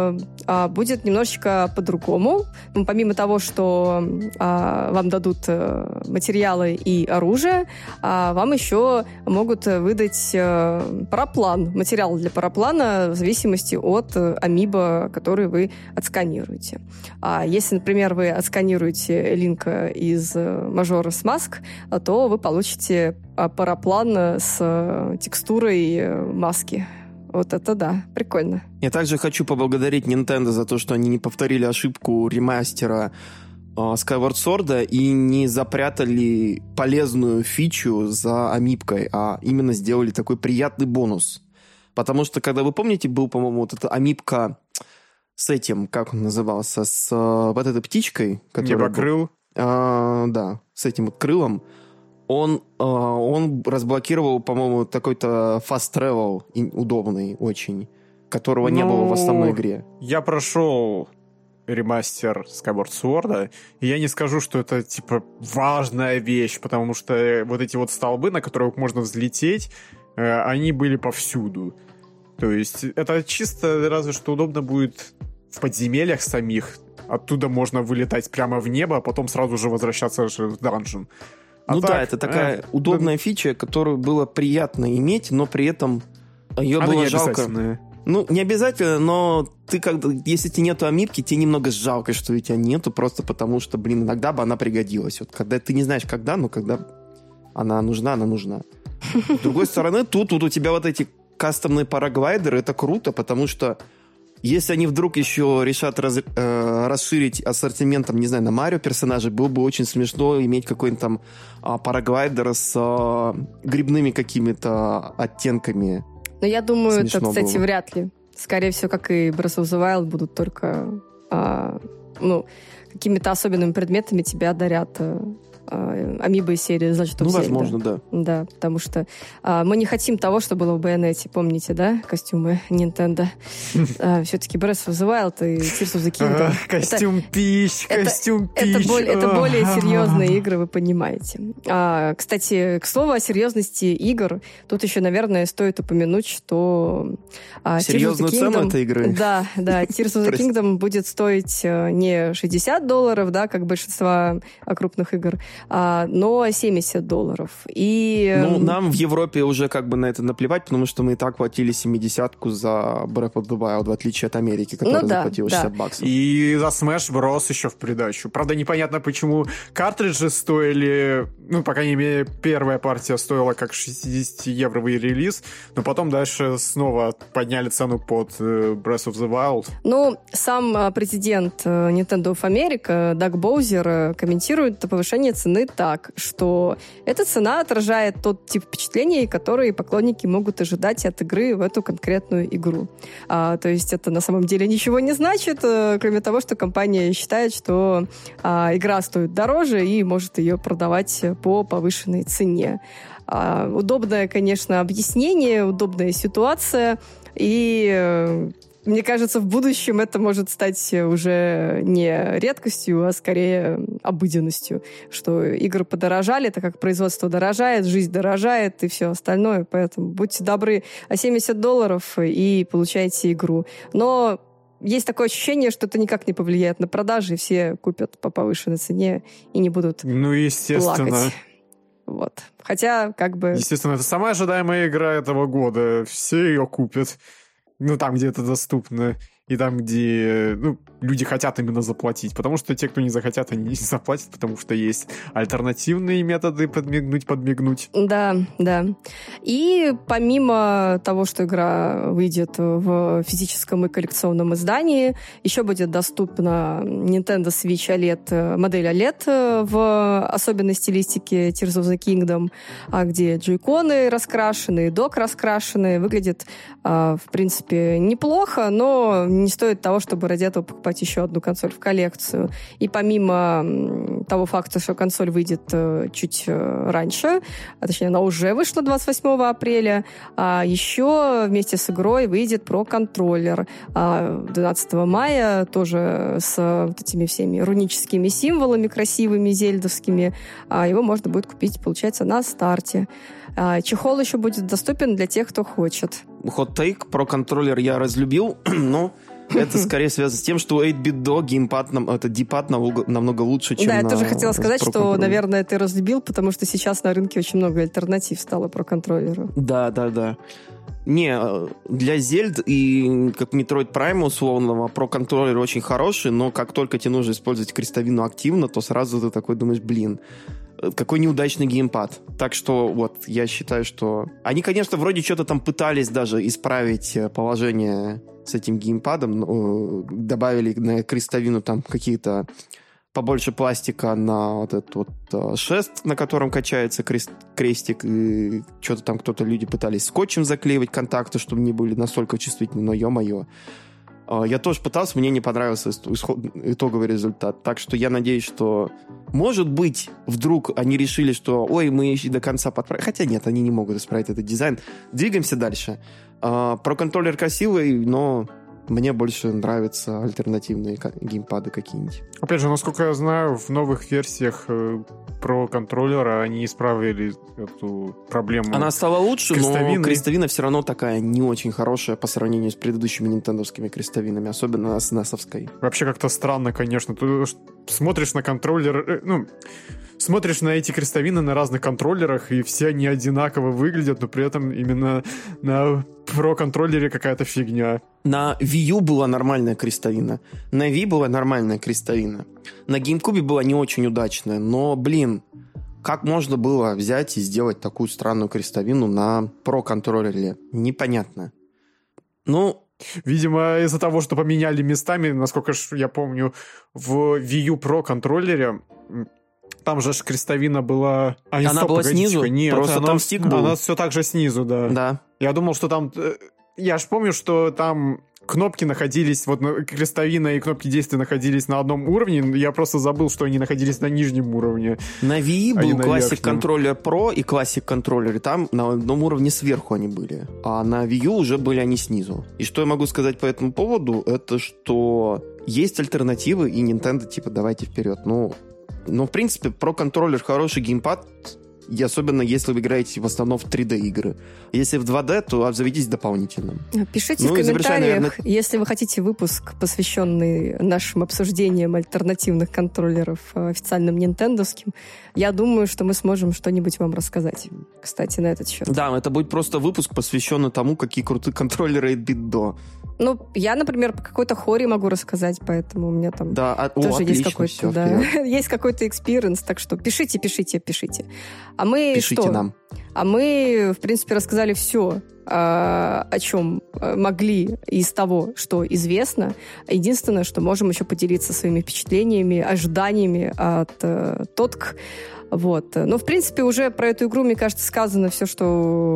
будет немножечко по-другому. Помимо того, что вам дадут материалы и оружие, вам еще могут выдать параплан, материал для параплана в зависимости от амибо, который вы отсканируете. Если, например, вы отсканируете Линка из Majora's Mask, то вы получите параплан с текстурой маски. Вот это да, прикольно. Я также хочу поблагодарить Nintendo за то, что они не повторили ошибку ремастера Skyward Sword и не запрятали полезную фичу за амибкой, а именно сделали такой приятный бонус. Потому что, когда вы помните, был, по-моему, вот эта амибка с этим, как он назывался, с вот этой птичкой. Небокрыл? Да, с этим вот крылом. Он разблокировал, по-моему, такой-то fast travel удобный очень, которого не было в основной игре. Я прошел ремастер Skyward Sword, и я не скажу, что это, типа, важная вещь, потому что вот эти вот столбы, на которых можно взлететь, они были повсюду. То есть это чисто разве что удобно будет в подземельях самих. Оттуда можно вылетать прямо в небо, а потом сразу же возвращаться в данжен. Это такая удобная фича, которую было приятно иметь, но при этом ее было жалко. Не обязательно, но ты если тебе нету амибки, тебе немного жалко, что у тебя нету, просто потому что, иногда бы она пригодилась. Вот когда ты не знаешь, когда, но когда она нужна, она нужна. С другой стороны, тут у тебя вот эти кастомные параглайдеры, это круто, потому что если они вдруг еще решат расширить ассортимент, не знаю, на Марио персонажей, было бы очень смешно иметь какой-нибудь там параглайдер с грибными какими-то оттенками. Но я думаю, это, кстати, вряд ли. Скорее всего, как и Breath of the Wild, будут только какими-то особенными предметами тебя одарят амибо из серии, значит, возможно, да. Да, потому что мы не хотим того, что было в Bayonetta, помните, да, костюмы Nintendo. Все-таки Breath of the Wild и Tears of the Kingdom. Костюм Пич. Это более серьезные игры, вы понимаете. Кстати, к слову о серьезности игр, тут еще, наверное, стоит упомянуть, что серьезную цену этой игры. Да, Tears of the Kingdom будет стоить не $60, да, как большинство крупных игр, но $70. И... Ну, нам в Европе уже как бы на это наплевать, потому что мы и так платили 70-ку за Breath of the Wild, в отличие от Америки, которая заплатила $60. И за Smash Bros. Еще в придачу. Правда, непонятно, почему картриджи стоили, ну, по крайней мере, первая партия стоила как 60-евровый релиз, но потом дальше снова подняли цену под Breath of the Wild. Ну, сам президент Nintendo of America Даг Боузер комментирует повышение цены так, что эта цена отражает тот тип впечатлений, которые поклонники могут ожидать от игры в эту конкретную игру. То есть это на самом деле ничего не значит, кроме того, что компания считает, что игра стоит дороже и может ее продавать по повышенной цене. Удобное, конечно, объяснение, удобная ситуация, и мне кажется, в будущем это может стать уже не редкостью, а скорее обыденностью, что игры подорожали, так как производство дорожает, жизнь дорожает и все остальное, поэтому будьте добры, $70 и получайте игру. Но есть такое ощущение, что это никак не повлияет на продажи, и все купят по повышенной цене и не будут плакать. Вот. Хотя, как бы... Естественно, это самая ожидаемая игра этого года. Все ее купят. Ну, там, где это доступно. И там, где люди хотят именно заплатить. Потому что те, кто не захотят, они не заплатят, потому что есть альтернативные методы подмигнуть. Да, да. И помимо того, что игра выйдет в физическом и коллекционном издании, еще будет доступна Nintendo Switch OLED, модель OLED в особенной стилистике Tears of the Kingdom, где джойконы раскрашены, док раскрашены. Выглядит, в принципе, неплохо, но не стоит того, чтобы ради этого покупать еще одну консоль в коллекцию. И помимо того факта, что консоль выйдет чуть раньше, точнее, она уже вышла 28 апреля, еще вместе с игрой выйдет Pro Controller 12 мая, тоже с вот этими всеми руническими символами красивыми, зельдовскими. Его можно будет купить, получается, на старте. Чехол еще будет доступен для тех, кто хочет. Хот-тейк, Pro Controller я разлюбил, но это скорее связано с тем, что у 8-bit Do D-pad намного лучше, чем на Pro Controller. Да, я тоже хотела сказать, что, наверное, ты разлюбил, потому что сейчас на рынке очень много альтернатив стало Pro Controller. Да. Не, для Зельд и как Metroid Prime условного Pro Controller очень хороший, но как только тебе нужно использовать крестовину активно, то сразу ты такой думаешь, какой неудачный геймпад. Так что вот, я считаю, что... Они, конечно, вроде что-то там пытались даже исправить положение с этим геймпадом, добавили на крестовину там какие-то побольше пластика на вот этот вот шест, на котором качается крестик, и что-то там люди пытались скотчем заклеивать контакты, чтобы не были настолько чувствительны, но ё-моё. Я тоже пытался, мне не понравился итоговый результат. Так что я надеюсь, что, может быть, вдруг они решили, что, мы еще до конца подправим. Хотя нет, они не могут исправить этот дизайн. Двигаемся дальше. Pro Controller красивый, но мне больше нравятся альтернативные геймпады какие-нибудь. Опять же, насколько я знаю, в новых версиях Pro Controller они исправили эту проблему. Она стала лучше, но крестовина все равно такая не очень хорошая по сравнению с предыдущими нинтендовскими крестовинами, особенно с NES-овской. Вообще как-то странно, конечно. Ты смотришь на контроллер... Смотришь на эти крестовины на разных контроллерах, и все они одинаково выглядят, но при этом именно на Pro-контроллере какая-то фигня. На Wii U была нормальная крестовина. На Wii была нормальная крестовина. На GameCube была не очень удачная, но, как можно было взять и сделать такую странную крестовину на Pro-контроллере? Непонятно. Видимо, из-за того, что поменяли местами, насколько я помню, в Wii U Pro контроллере там же крестовина была... Она была снизу? Нет, просто там стик был. Она все так же снизу, да. Да. Я думал, что там... Я ж помню, что там кнопки находились... Вот крестовина и кнопки действия находились на одном уровне. Я просто забыл, что они находились на нижнем уровне. На Wii был Classic Controller Pro и Classic Controller. И там на одном уровне сверху они были. А на Wii U уже были они снизу. И что я могу сказать по этому поводу? Это что есть альтернативы, и Nintendo давайте вперед. В принципе, Pro Controller хороший геймпад, и особенно если вы играете в основном в 3D-игры. Если в 2D, то обзаведитесь дополнительным. Пишите в комментариях, если вы хотите выпуск, посвященный нашим обсуждениям альтернативных контроллеров официальным нинтендовским. Я думаю, что мы сможем что-нибудь вам рассказать, кстати, на этот счет. Да, это будет просто выпуск, посвященный тому, какие крутые контроллеры 8-bit до. Ну, я, например, по какой-то хоре могу рассказать, поэтому у меня там тоже есть какой-то, есть какой-то экспириенс, так что пишите. А мы пишите что? Нам. А мы, в принципе, рассказали все, о чем могли из того, что известно. Единственное, что можем еще поделиться своими впечатлениями, ожиданиями от ТОТК. Вот. Но, в принципе, уже про эту игру, мне кажется, сказано все, что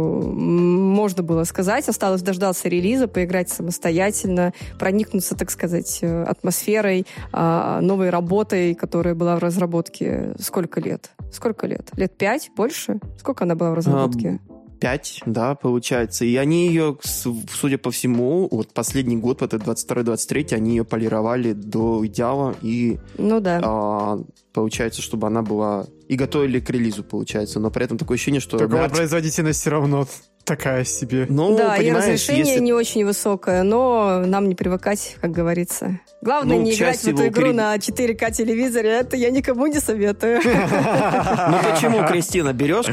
можно было сказать. Осталось дождаться релиза, поиграть самостоятельно, проникнуться, так сказать, атмосферой, новой работой, которая была в разработке. Сколько лет? Лет 5? Больше? Сколько она была в разработке? 5, да, получается. И они ее, судя по всему, вот последний год, вот этот 22-23, они ее полировали до идеала. И, получается, чтобы она была... И готовили к релизу, получается. Но при этом такое ощущение, что... Только производительность все равно такая себе. Ну, да, и разрешение не очень высокое, но нам не привыкать, как говорится. Главное, не играть в эту игру на 4К телевизоре. Это я никому не советую. Ну почему, Кристина? Берешь,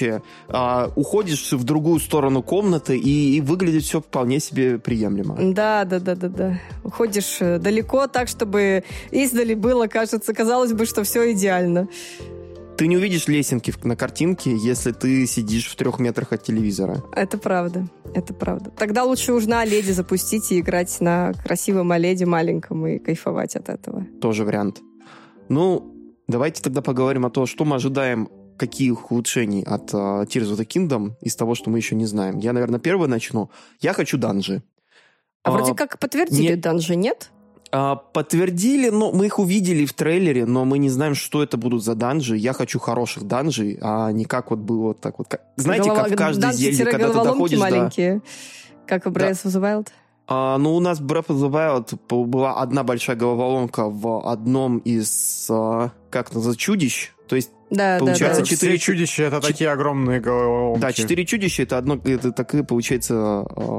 уходишь в другую сторону комнаты, и выглядит все вполне себе приемлемо. Да. Уходишь далеко так, чтобы издали было, казалось бы, что все идеально. Ты не увидишь лесенки на картинке, если ты сидишь в 3 метрах от телевизора. Это правда. Тогда лучше уж на OLED запустить и играть на красивом OLED маленьком и кайфовать от этого. Тоже вариант. Ну, давайте тогда поговорим о том, что мы ожидаем, каких улучшений от Tears of the Kingdom из того, что мы еще не знаем. Я, наверное, первый начну. Я хочу данжи. Вроде как подтвердили данжи, нет? Подтвердили, но мы их увидели в трейлере, но мы не знаем, что это будут за данжи. Я хочу хороших данжей, а не как вот было вот так вот. Знаете, как в каждой Зельде, когда ты доходишь маленькие, как в Breath of the Wild? Ну, у нас в Breath of the Wild была одна большая головоломка в одном из, как называется, чудищ. То есть, получается, 4 чудища — это такие огромные головоломки. Да, 4 чудища — это такие, получается,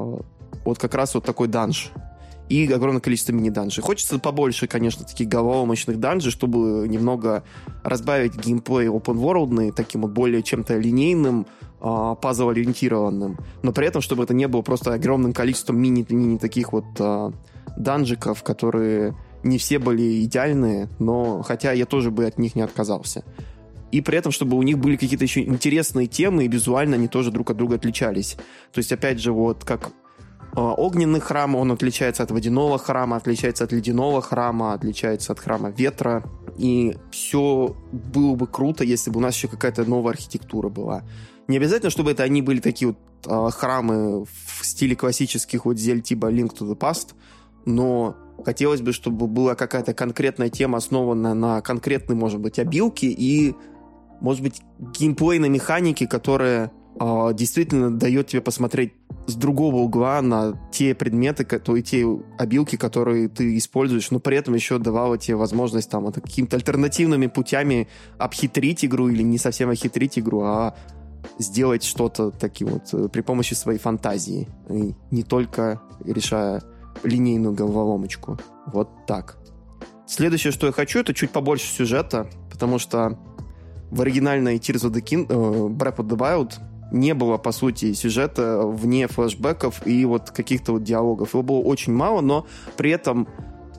вот как раз вот такой данж. И огромное количество мини-данжей. Хочется побольше, конечно, таких головоломочных данжей, чтобы немного разбавить геймплей open-worldный, таким вот более чем-то линейным, пазл-ориентированным. Но при этом, чтобы это не было просто огромным количеством мини таких вот данжиков, которые не все были идеальные, но хотя я тоже бы от них не отказался. И при этом, чтобы у них были какие-то еще интересные темы, и визуально они тоже друг от друга отличались. То есть, опять же, вот как... Огненный храм, он отличается от водяного храма, отличается от ледяного храма, отличается от храма ветра. И все было бы круто, если бы у нас еще какая-то новая архитектура была. Не обязательно, чтобы это они были такие вот храмы в стиле классических вот зель типа Link to the Past, но хотелось бы, чтобы была какая-то конкретная тема, основанная на конкретной, может быть, обилке и, может быть, геймплейной механике, которая действительно дает тебе посмотреть с другого угла на те предметы, те обилки, которые ты используешь, но при этом еще давала тебе возможность там какими-то альтернативными путями обхитрить игру или не совсем обхитрить игру, а сделать что-то таким вот при помощи своей фантазии, и не только решая линейную головоломочку. Вот так. Следующее, что я хочу, это чуть побольше сюжета, потому что в оригинальной Tears of the Kingdom, Breath of the Wild не было, по сути, сюжета вне флешбеков и вот каких-то вот диалогов. Его было очень мало, но при этом,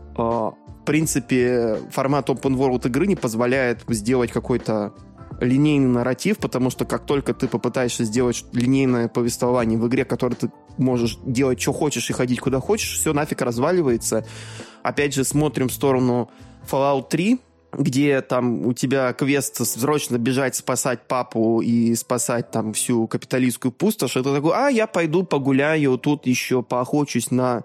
в принципе, формат open world игры не позволяет сделать какой-то линейный нарратив, потому что как только ты попытаешься сделать линейное повествование в игре, в которой ты можешь делать, что хочешь и ходить куда хочешь, все нафиг разваливается. Опять же, смотрим в сторону Fallout 3, где там у тебя квест срочно бежать, спасать папу и спасать там всю капиталистскую пустошь. Это такой, я пойду погуляю, тут еще поохочусь на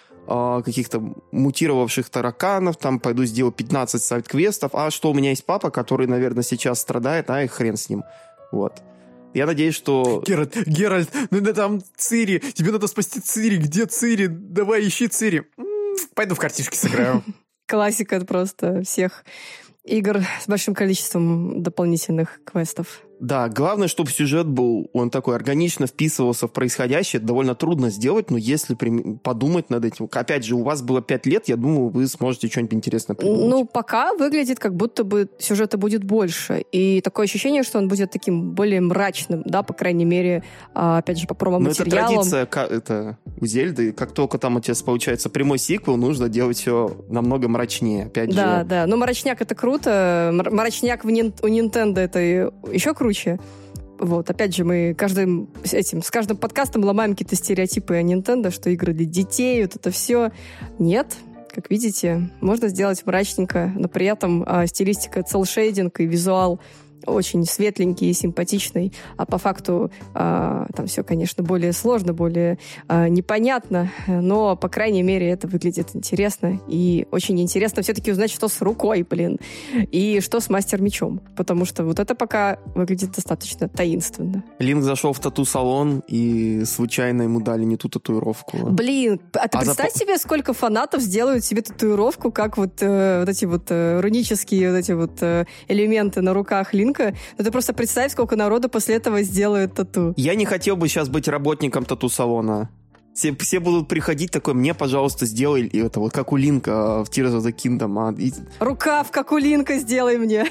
каких-то мутировавших тараканов, там пойду сделаю 15 сайд-квестов. А что, у меня есть папа, который, наверное, сейчас страдает, и хрен с ним. Вот. Я надеюсь, что... Геральт, там Цири, тебе надо спасти Цири. Где Цири? Давай, ищи Цири. Пойду в картишки сыграю. Классика просто всех игр с большим количеством дополнительных квестов. Да, главное, чтобы сюжет был, он такой органично вписывался в происходящее. Это довольно трудно сделать, но если подумать над этим... Опять же, у вас было 5 лет, я думаю, вы сможете что-нибудь интересное придумать. Ну, пока выглядит, как будто бы сюжета будет больше. И такое ощущение, что он будет таким более мрачным, да, по крайней мере, опять же, по промо-материалам. Но это традиция у Зельды. Как только там у тебя получается прямой сиквел, нужно делать все намного мрачнее. Опять же. Да. Но мрачняк — это круто. Мрачняк у Nintendo — это еще круче. Вот, опять же, мы с каждым подкастом ломаем какие-то стереотипы о Nintendo, что игры для детей, вот это все. Нет, как видите, можно сделать мрачненько, но при этом стилистика цел-шейдинг и визуал очень светленький и симпатичный, а по факту там все, конечно, более сложно, более непонятно, но, по крайней мере, это выглядит интересно, и очень интересно все-таки узнать, что с рукой, и что с мастер-мечом, потому что вот это пока выглядит достаточно таинственно. Линк зашел в тату-салон, и случайно ему дали не ту татуировку. Блин, а ты представь себе, сколько фанатов сделают себе татуировку, как вот эти вот рунические вот эти вот элементы на руках Линка. Но ты просто представь, сколько народу после этого сделает тату. Я не хотел бы сейчас быть работником тату-салона. Все будут приходить такой, мне, пожалуйста, сделай это, вот как у Линка в Tears of the Kingdom. Рукав, как у Линка, сделай мне.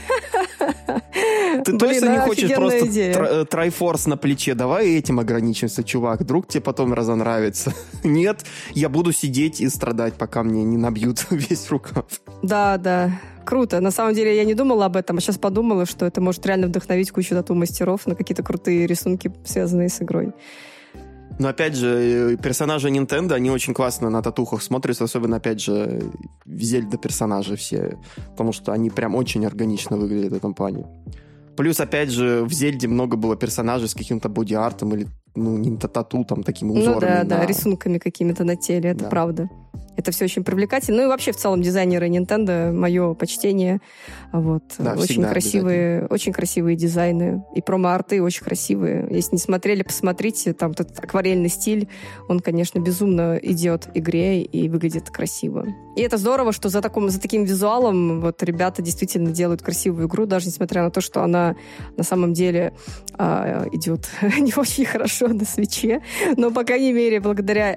Ты точно не хочешь просто трайфорс на плече? Давай этим ограничимся, чувак. Вдруг тебе потом разонравится. Нет, я буду сидеть и страдать, пока мне не набьют весь рукав. Да. Круто. На самом деле я не думала об этом, а сейчас подумала, что это может реально вдохновить кучу тату-мастеров на какие-то крутые рисунки, связанные с игрой. Но, опять же, персонажи Nintendo, они очень классно на татухах смотрятся, особенно, опять же, Зельда-персонажи все, потому что они прям очень органично выглядят в этом плане. Плюс, опять же, в Зельде много было персонажей с каким-то боди-артом или, не тату, там, такими узорами. Да, рисунками какими-то на теле, это правда. Это все очень привлекательно. Ну и вообще в целом дизайнеры Nintendo, мое почтение. Вот. Да, очень красивые дизайны. И промо-арты очень красивые. Если не смотрели, посмотрите. Там этот акварельный стиль, он, конечно, безумно идет игре и выглядит красиво. И это здорово, что за таким визуалом вот ребята действительно делают красивую игру, даже несмотря на то, что она на самом деле идет не очень хорошо на свитче. Но, по крайней мере, благодаря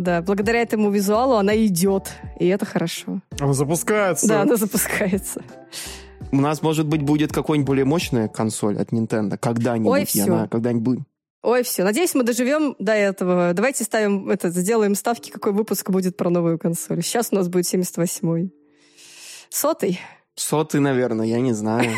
этому визуалу она идет, и это хорошо. Она запускается. Да, она запускается. У нас, может быть, будет какой-нибудь более мощная консоль от Nintendo когда-нибудь. Ой, все. Она когда-нибудь будет. Ой, все. Надеюсь, мы доживем до этого. Давайте сделаем ставки, какой выпуск будет про новую консоль. Сейчас у нас будет 78-й. 100-й. 100-й, наверное, я не знаю.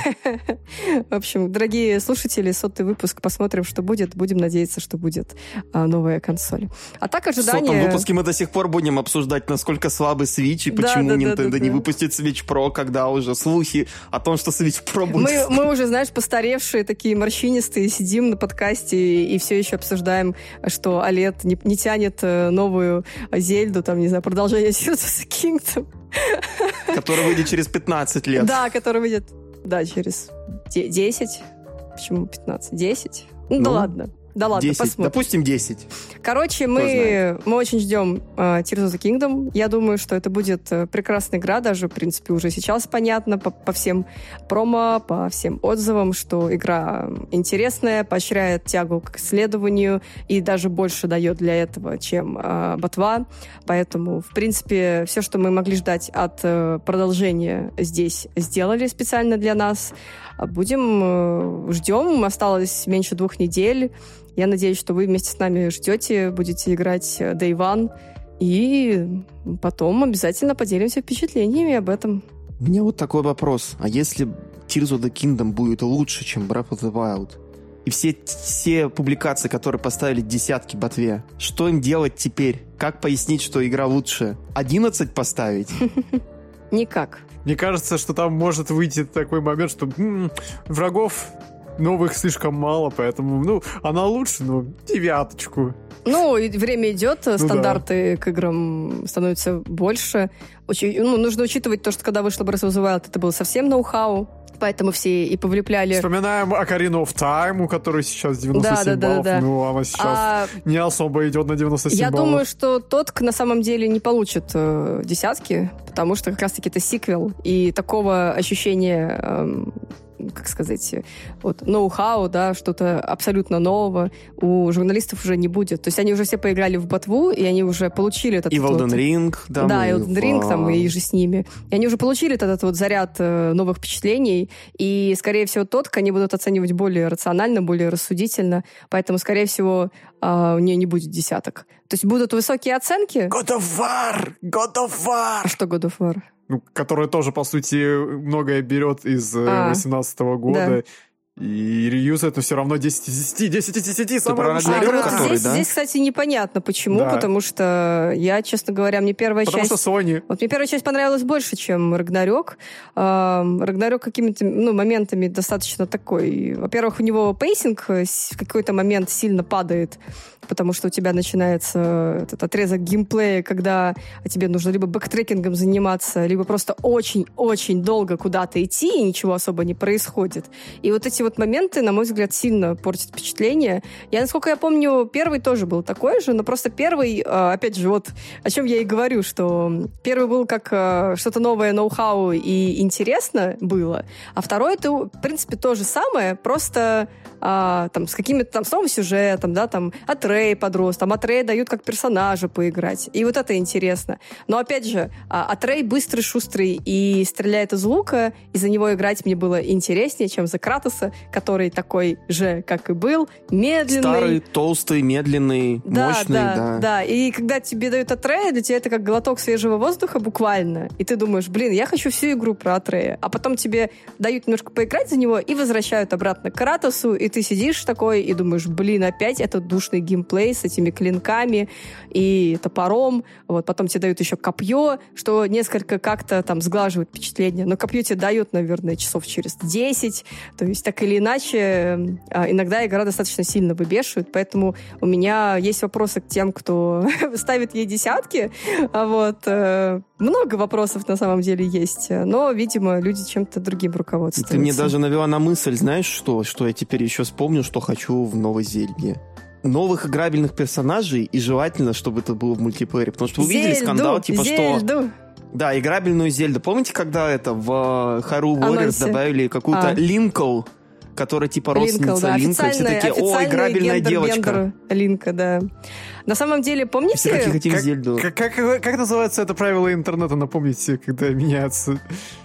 В общем, дорогие слушатели, 100-й выпуск. Посмотрим, что будет. Будем надеяться, что будет новая консоль. А так ожидание... В 100-м выпуске мы до сих пор будем обсуждать, насколько слабый Switch и почему Nintendo не выпустит Switch Pro, когда уже слухи о том, что Switch Pro будет... Мы уже, знаешь, постаревшие, такие морщинистые, сидим на подкасте и все еще обсуждаем, что OLED не тянет новую Зельду, там, не знаю, продолжение Tears of the Kingdom. Который выйдет через 15 лет. Да, который выйдет, через 10. Почему 15? 10? Да ладно. 10. Посмотрим. Допустим, 10. Короче, мы очень ждем Tears of the Kingdom. Я думаю, что это будет прекрасная игра. Даже, в принципе, уже сейчас понятно по всем промо, по всем отзывам, что игра интересная, поощряет тягу к исследованию и даже больше дает для этого, чем ботва. Поэтому, в принципе, все, что мы могли ждать от продолжения, здесь сделали специально для нас. Ждем. Осталось меньше 2 недель. Я надеюсь, что вы вместе с нами ждете, будете играть Day One, и потом обязательно поделимся впечатлениями об этом. У меня вот такой вопрос. А если Tears of the Kingdom будет лучше, чем Breath of the Wild? И все публикации, которые поставили десятки ботве, что им делать теперь? Как пояснить, что игра лучше? 11 поставить? Никак. Мне кажется, что там может выйти такой момент, что врагов новых слишком мало, поэтому, она лучше, 9. И время идет, стандарты к играм становятся больше. Нужно учитывать то, что когда вышла Breath of the Wild, это было совсем ноу-хау, поэтому все и повлепляли. Вспоминаем Ocarina of Time, у которой сейчас 97 баллов, она сейчас не особо идет на 97 баллов. Я баллов. думаю, что тот на самом деле не получит десятки, потому что как раз-таки это сиквел, и такого ощущения как сказать, вот, ноу-хау, да, что-то абсолютно нового у журналистов уже не будет. То есть они уже все поиграли в ботву, и они уже получили этот... И в Elden Ring. Да, и Elden Ring, там, и же с ними. И они уже получили этот вот заряд новых впечатлений, и, скорее всего, они будут оценивать более рационально, более рассудительно, поэтому, скорее всего, у нее не будет десяток. То есть будут высокие оценки. God of War! God of War! А что God of War? Ну, которая тоже, по сути, многое берет из 2018 года. Да. И реюз это все равно 10 из 10, 10 из 10, самая лучшая игра. Здесь, кстати, непонятно, почему, Да. потому что я, честно говоря, мне первая Потому часть... что Sony. Вот мне первая часть понравилась больше, чем Рагнарёк. Рагнарёк какими-то моментами достаточно такой... Во-первых, у него пейсинг в какой-то момент сильно падает, потому что у тебя начинается этот отрезок геймплея, когда тебе нужно либо бэктрекингом заниматься, либо просто очень-очень долго куда-то идти, и ничего особо не происходит. И вот эти вот моменты, на мой взгляд, сильно портят впечатление. Насколько я помню, первый тоже был такой же, но просто первый, опять же, вот о чем я и говорю, что первый был как что-то новое, ноу-хау и интересно было, а второй это, в принципе, то же самое, просто там, с какими-то там с новым сюжетом, да, там Атрей подрос, там Атрея дают как персонажа поиграть. И вот это интересно. Но опять же, Атрей быстрый, шустрый и стреляет из лука, и за него играть мне было интереснее, чем за Кратоса, который такой же, как и был, медленный. Старый, толстый, медленный, мощный, да. Да, и когда тебе дают Атрея, для тебя это как глоток свежего воздуха буквально. И ты думаешь, я хочу всю игру про Атрея. А потом тебе дают немножко поиграть за него и возвращают обратно к Кратосу, и ты сидишь такой и думаешь, опять этот душный геймплей с этими клинками и топором. Вот, потом тебе дают еще копье, что несколько как-то там сглаживает впечатление. Но копье тебе дают, наверное, часов через 10. То есть, так или иначе, иногда игра достаточно сильно выбешивает, поэтому у меня есть вопросы к тем, кто ставит ей десятки. Много вопросов на самом деле есть, но, видимо, люди чем-то другим руководствуются. Ты мне даже навела на мысль, знаешь что я теперь еще вспомню, что хочу в новой Зельде. Новых играбельных персонажей, и желательно, чтобы это было в мультиплеере, потому что вы видели скандал, типа что... Да, играбельную Зельду. Помните, когда в Hyrule Warriors добавили какую-то Линкл, которая типа родственница Линка, и все такие, играбельная девочка. Линка, да. На самом деле, помните... Как называется это правило интернета, напомните, когда меняется?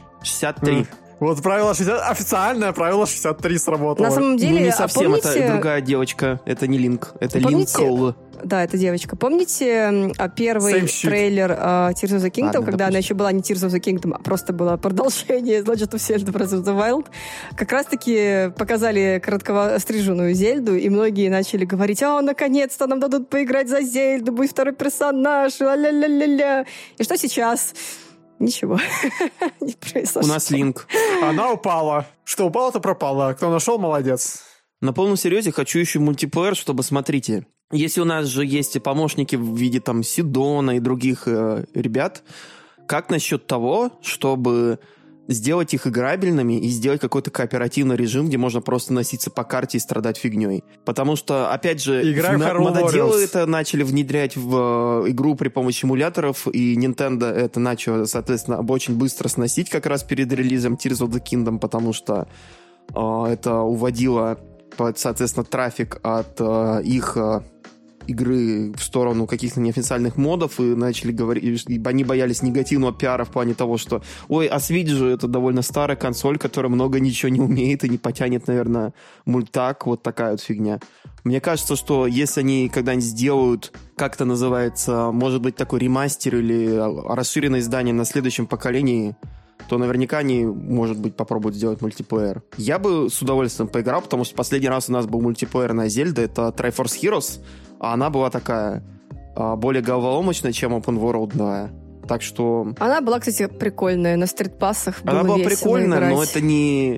63. Вот официальное правило 63 сработало. На самом деле, не совсем, помните... это другая девочка, это не Линк, это Линкл. Да, это девочка. Помните первый трейлер Tears of the Kingdom, когда она еще была не Tears of the Kingdom, а просто было продолжение Legend of Zelda Breath of the Wild? Как раз-таки показали короткостриженную Зельду, и многие начали говорить, наконец-то нам дадут поиграть за Зельду, будет второй персонаж, ля-ля-ля-ля-ля. И что сейчас? Ничего не произошло. У нас Линк. Она упала. Что упало, то пропало. Кто нашел, молодец. На полном серьезе хочу еще мультиплеер, чтобы, смотрите, если у нас же есть помощники в виде там Сидона и других ребят, как насчет того, чтобы сделать их играбельными и сделать какой-то кооперативный режим, где можно просто носиться по карте и страдать фигней. Потому что, опять же, мододелы это начали внедрять в игру при помощи эмуляторов, и Nintendo это начало, соответственно, очень быстро сносить как раз перед релизом Tears of the Kingdom, потому что это уводило, соответственно, трафик от их игры в сторону каких-то неофициальных модов, и начали говорить, они боялись негативного пиара в плане того, что Switch же это довольно старая консоль, которая много ничего не умеет и не потянет, наверное, мультак, вот такая вот фигня. Мне кажется, что если они когда-нибудь сделают, как это называется, может быть, такой ремастер или расширенное издание на следующем поколении, то наверняка они, может быть, попробуют сделать мультиплеер. Я бы с удовольствием поиграл, потому что последний раз у нас был мультиплеер на Зельда, это Triforce Heroes, а она была такая более головоломочная, чем Open World. Так что... Она была, кстати, прикольная, на стритпассах было весело. Она была прикольная, играть. но это не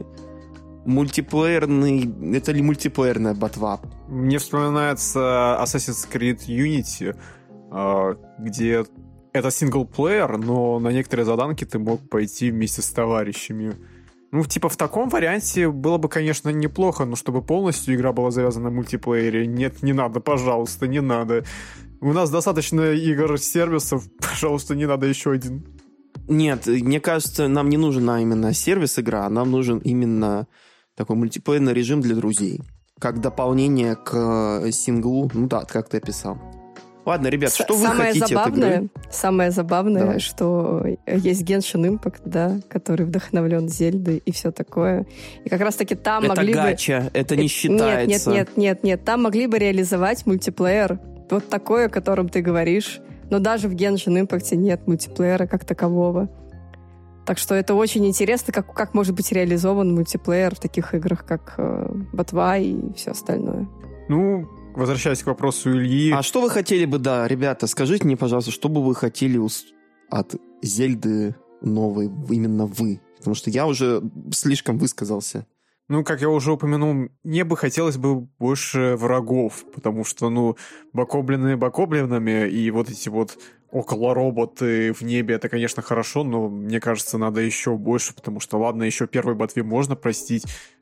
мультиплеерная ботва. Мне вспоминается Assassin's Creed Unity, где это синглплеер, но на некоторые заданки ты мог пойти вместе с товарищами. В таком варианте было бы, конечно, неплохо, но чтобы полностью игра была завязана на мультиплеере, нет, не надо, пожалуйста, не надо. У нас достаточно игр-сервисов, пожалуйста, не надо еще один. Нет, мне кажется, нам не нужна именно сервис-игра, нам нужен именно Такой мультиплеерный режим для друзей. Как дополнение к синглу. Ну да, как ты описал. Ладно, ребят, что вы хотите от игры? Самое забавное, что есть Genshin Impact, да, который вдохновлен Зельдой и все такое. И как раз-таки там это могли бы... Это гача, это не считается. Нет. Там могли бы реализовать мультиплеер. Вот такой, о котором ты говоришь. Но даже в Genshin Impact нет мультиплеера как такового. Так что это очень интересно, как может быть реализован мультиплеер в таких играх, как Ботва и все остальное. Ну, возвращаясь к вопросу Ильи... А что вы хотели бы, да, ребята, скажите мне, пожалуйста, что бы вы хотели от Зельды новой, именно вы? Потому что я уже слишком высказался. Ну, как я уже упомянул, мне бы хотелось бы больше врагов, потому что, бокоблины бокоблинами, и вот эти вот около-роботы в небе, это, конечно, хорошо, но мне кажется, надо еще больше, потому что, ладно, еще первой ботве можно простить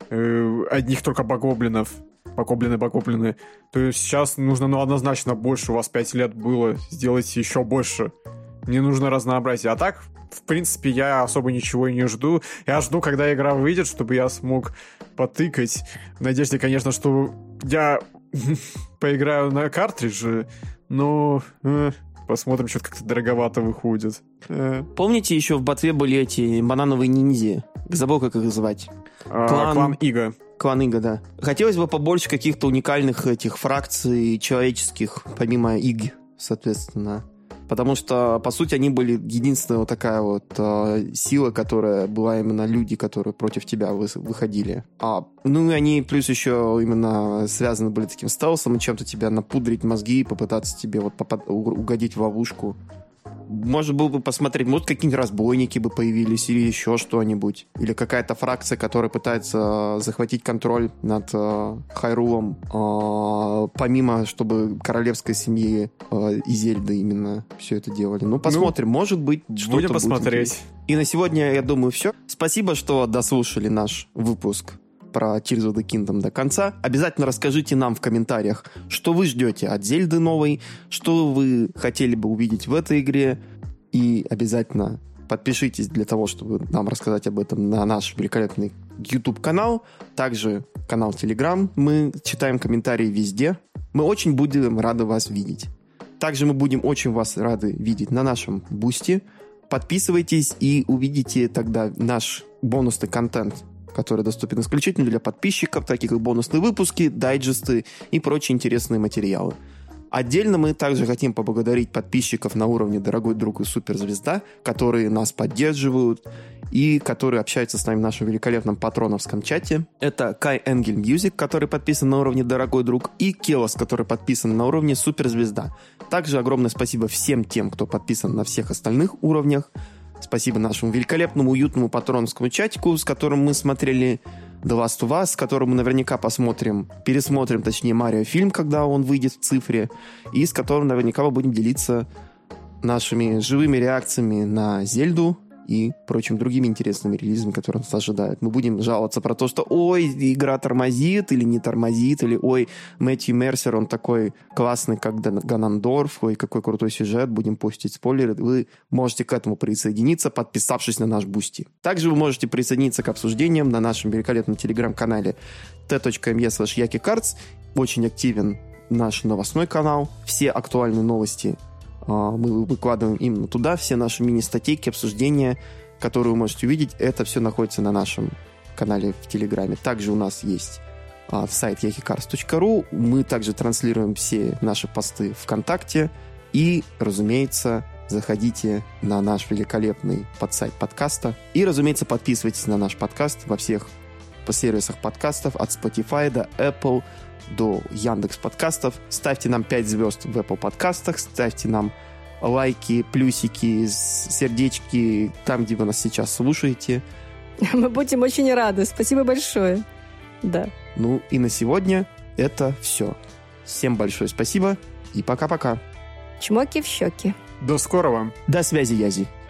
одних только бокоблинов, бокоблины. То есть сейчас нужно, однозначно больше, у вас 5 лет было, сделайте еще больше. Мне нужно разнообразие. А так, в принципе, я особо ничего и не жду. Я жду, когда игра выйдет, чтобы я смог потыкать. В надежде, конечно, что я поиграю на картридже, но посмотрим, что-то как-то дороговато выходит. Помните, еще в ботве были эти банановые ниндзя? Забыл, как их звать. Клан Ига. Клан Ига, да. Хотелось бы побольше каких-то уникальных этих фракций человеческих, помимо Иг, соответственно. Потому что, по сути, они были единственная вот такая вот сила, которая была именно люди, которые против тебя выходили. И они плюс еще именно связаны были таким стелсом и чем-то тебя напудрить мозги и попытаться тебе угодить в ловушку. Может было бы посмотреть, может, какие-нибудь разбойники бы появились или еще что-нибудь. Или какая-то фракция, которая пытается захватить контроль над Хайрулом, помимо, чтобы королевской семьи и Зельды именно все это делали. Посмотрим, может быть, что-то будем посмотреть. Будет. И на сегодня, я думаю, все. Спасибо, что дослушали наш выпуск про Tears of the Kingdom до конца. Обязательно расскажите нам в комментариях, что вы ждете от Зельды новой, что вы хотели бы увидеть в этой игре, и обязательно подпишитесь для того, чтобы нам рассказать об этом на наш великолепный YouTube-канал, также канал Telegram. Мы читаем комментарии везде. Мы очень будем рады вас видеть. Также мы будем очень вас рады видеть на нашем Бусти. Подписывайтесь и увидите тогда наш бонусный контент, который доступен исключительно для подписчиков, такие как бонусные выпуски, дайджесты и прочие интересные материалы. Отдельно мы также хотим поблагодарить подписчиков на уровне «Дорогой друг» и «Суперзвезда», которые нас поддерживают и которые общаются с нами в нашем великолепном патроновском чате. Это Кай Энгель Мьюзик, который подписан на уровне «Дорогой друг», и Келос, который подписан на уровне «Суперзвезда». Также огромное спасибо всем тем, кто подписан на всех остальных уровнях. Спасибо нашему великолепному, уютному патроновскому чатику, с которым мы смотрели The Last of Us, с которым мы наверняка пересмотрим, точнее, Марио фильм, когда он выйдет в цифре, и с которым наверняка мы будем делиться нашими живыми реакциями на Зельду и прочими другими интересными релизами, которые нас ожидают. Мы будем жаловаться про то, что ой, игра тормозит или не тормозит, или ой, Мэтью Мерсер, он такой классный, как Ганандорф, ой, какой крутой сюжет, будем постить спойлеры. Вы можете к этому присоединиться, подписавшись на наш Бусти. Также вы можете присоединиться к обсуждениям на нашем великолепном телеграм-канале t.me/yakicards. Очень активен наш новостной канал. Все актуальные новости мы выкладываем именно туда, все наши мини-статейки, обсуждения, которые вы можете увидеть, это все находится на нашем канале в Телеграме. Также у нас есть сайт yakicars.ru, мы также транслируем все наши посты ВКонтакте, и, разумеется, заходите на наш великолепный подсайт подкаста, и, разумеется, подписывайтесь на наш подкаст во всех сервисах подкастов, от Spotify до Apple, до Яндекс подкастов. Ставьте нам 5 звезд в Apple подкастах, ставьте нам лайки, плюсики, сердечки там, где вы нас сейчас слушаете. Мы будем очень рады. Спасибо большое. Да. Ну и на сегодня это все. Всем большое спасибо и пока-пока. Чмоки в щеки. До скорого. До связи, Язи.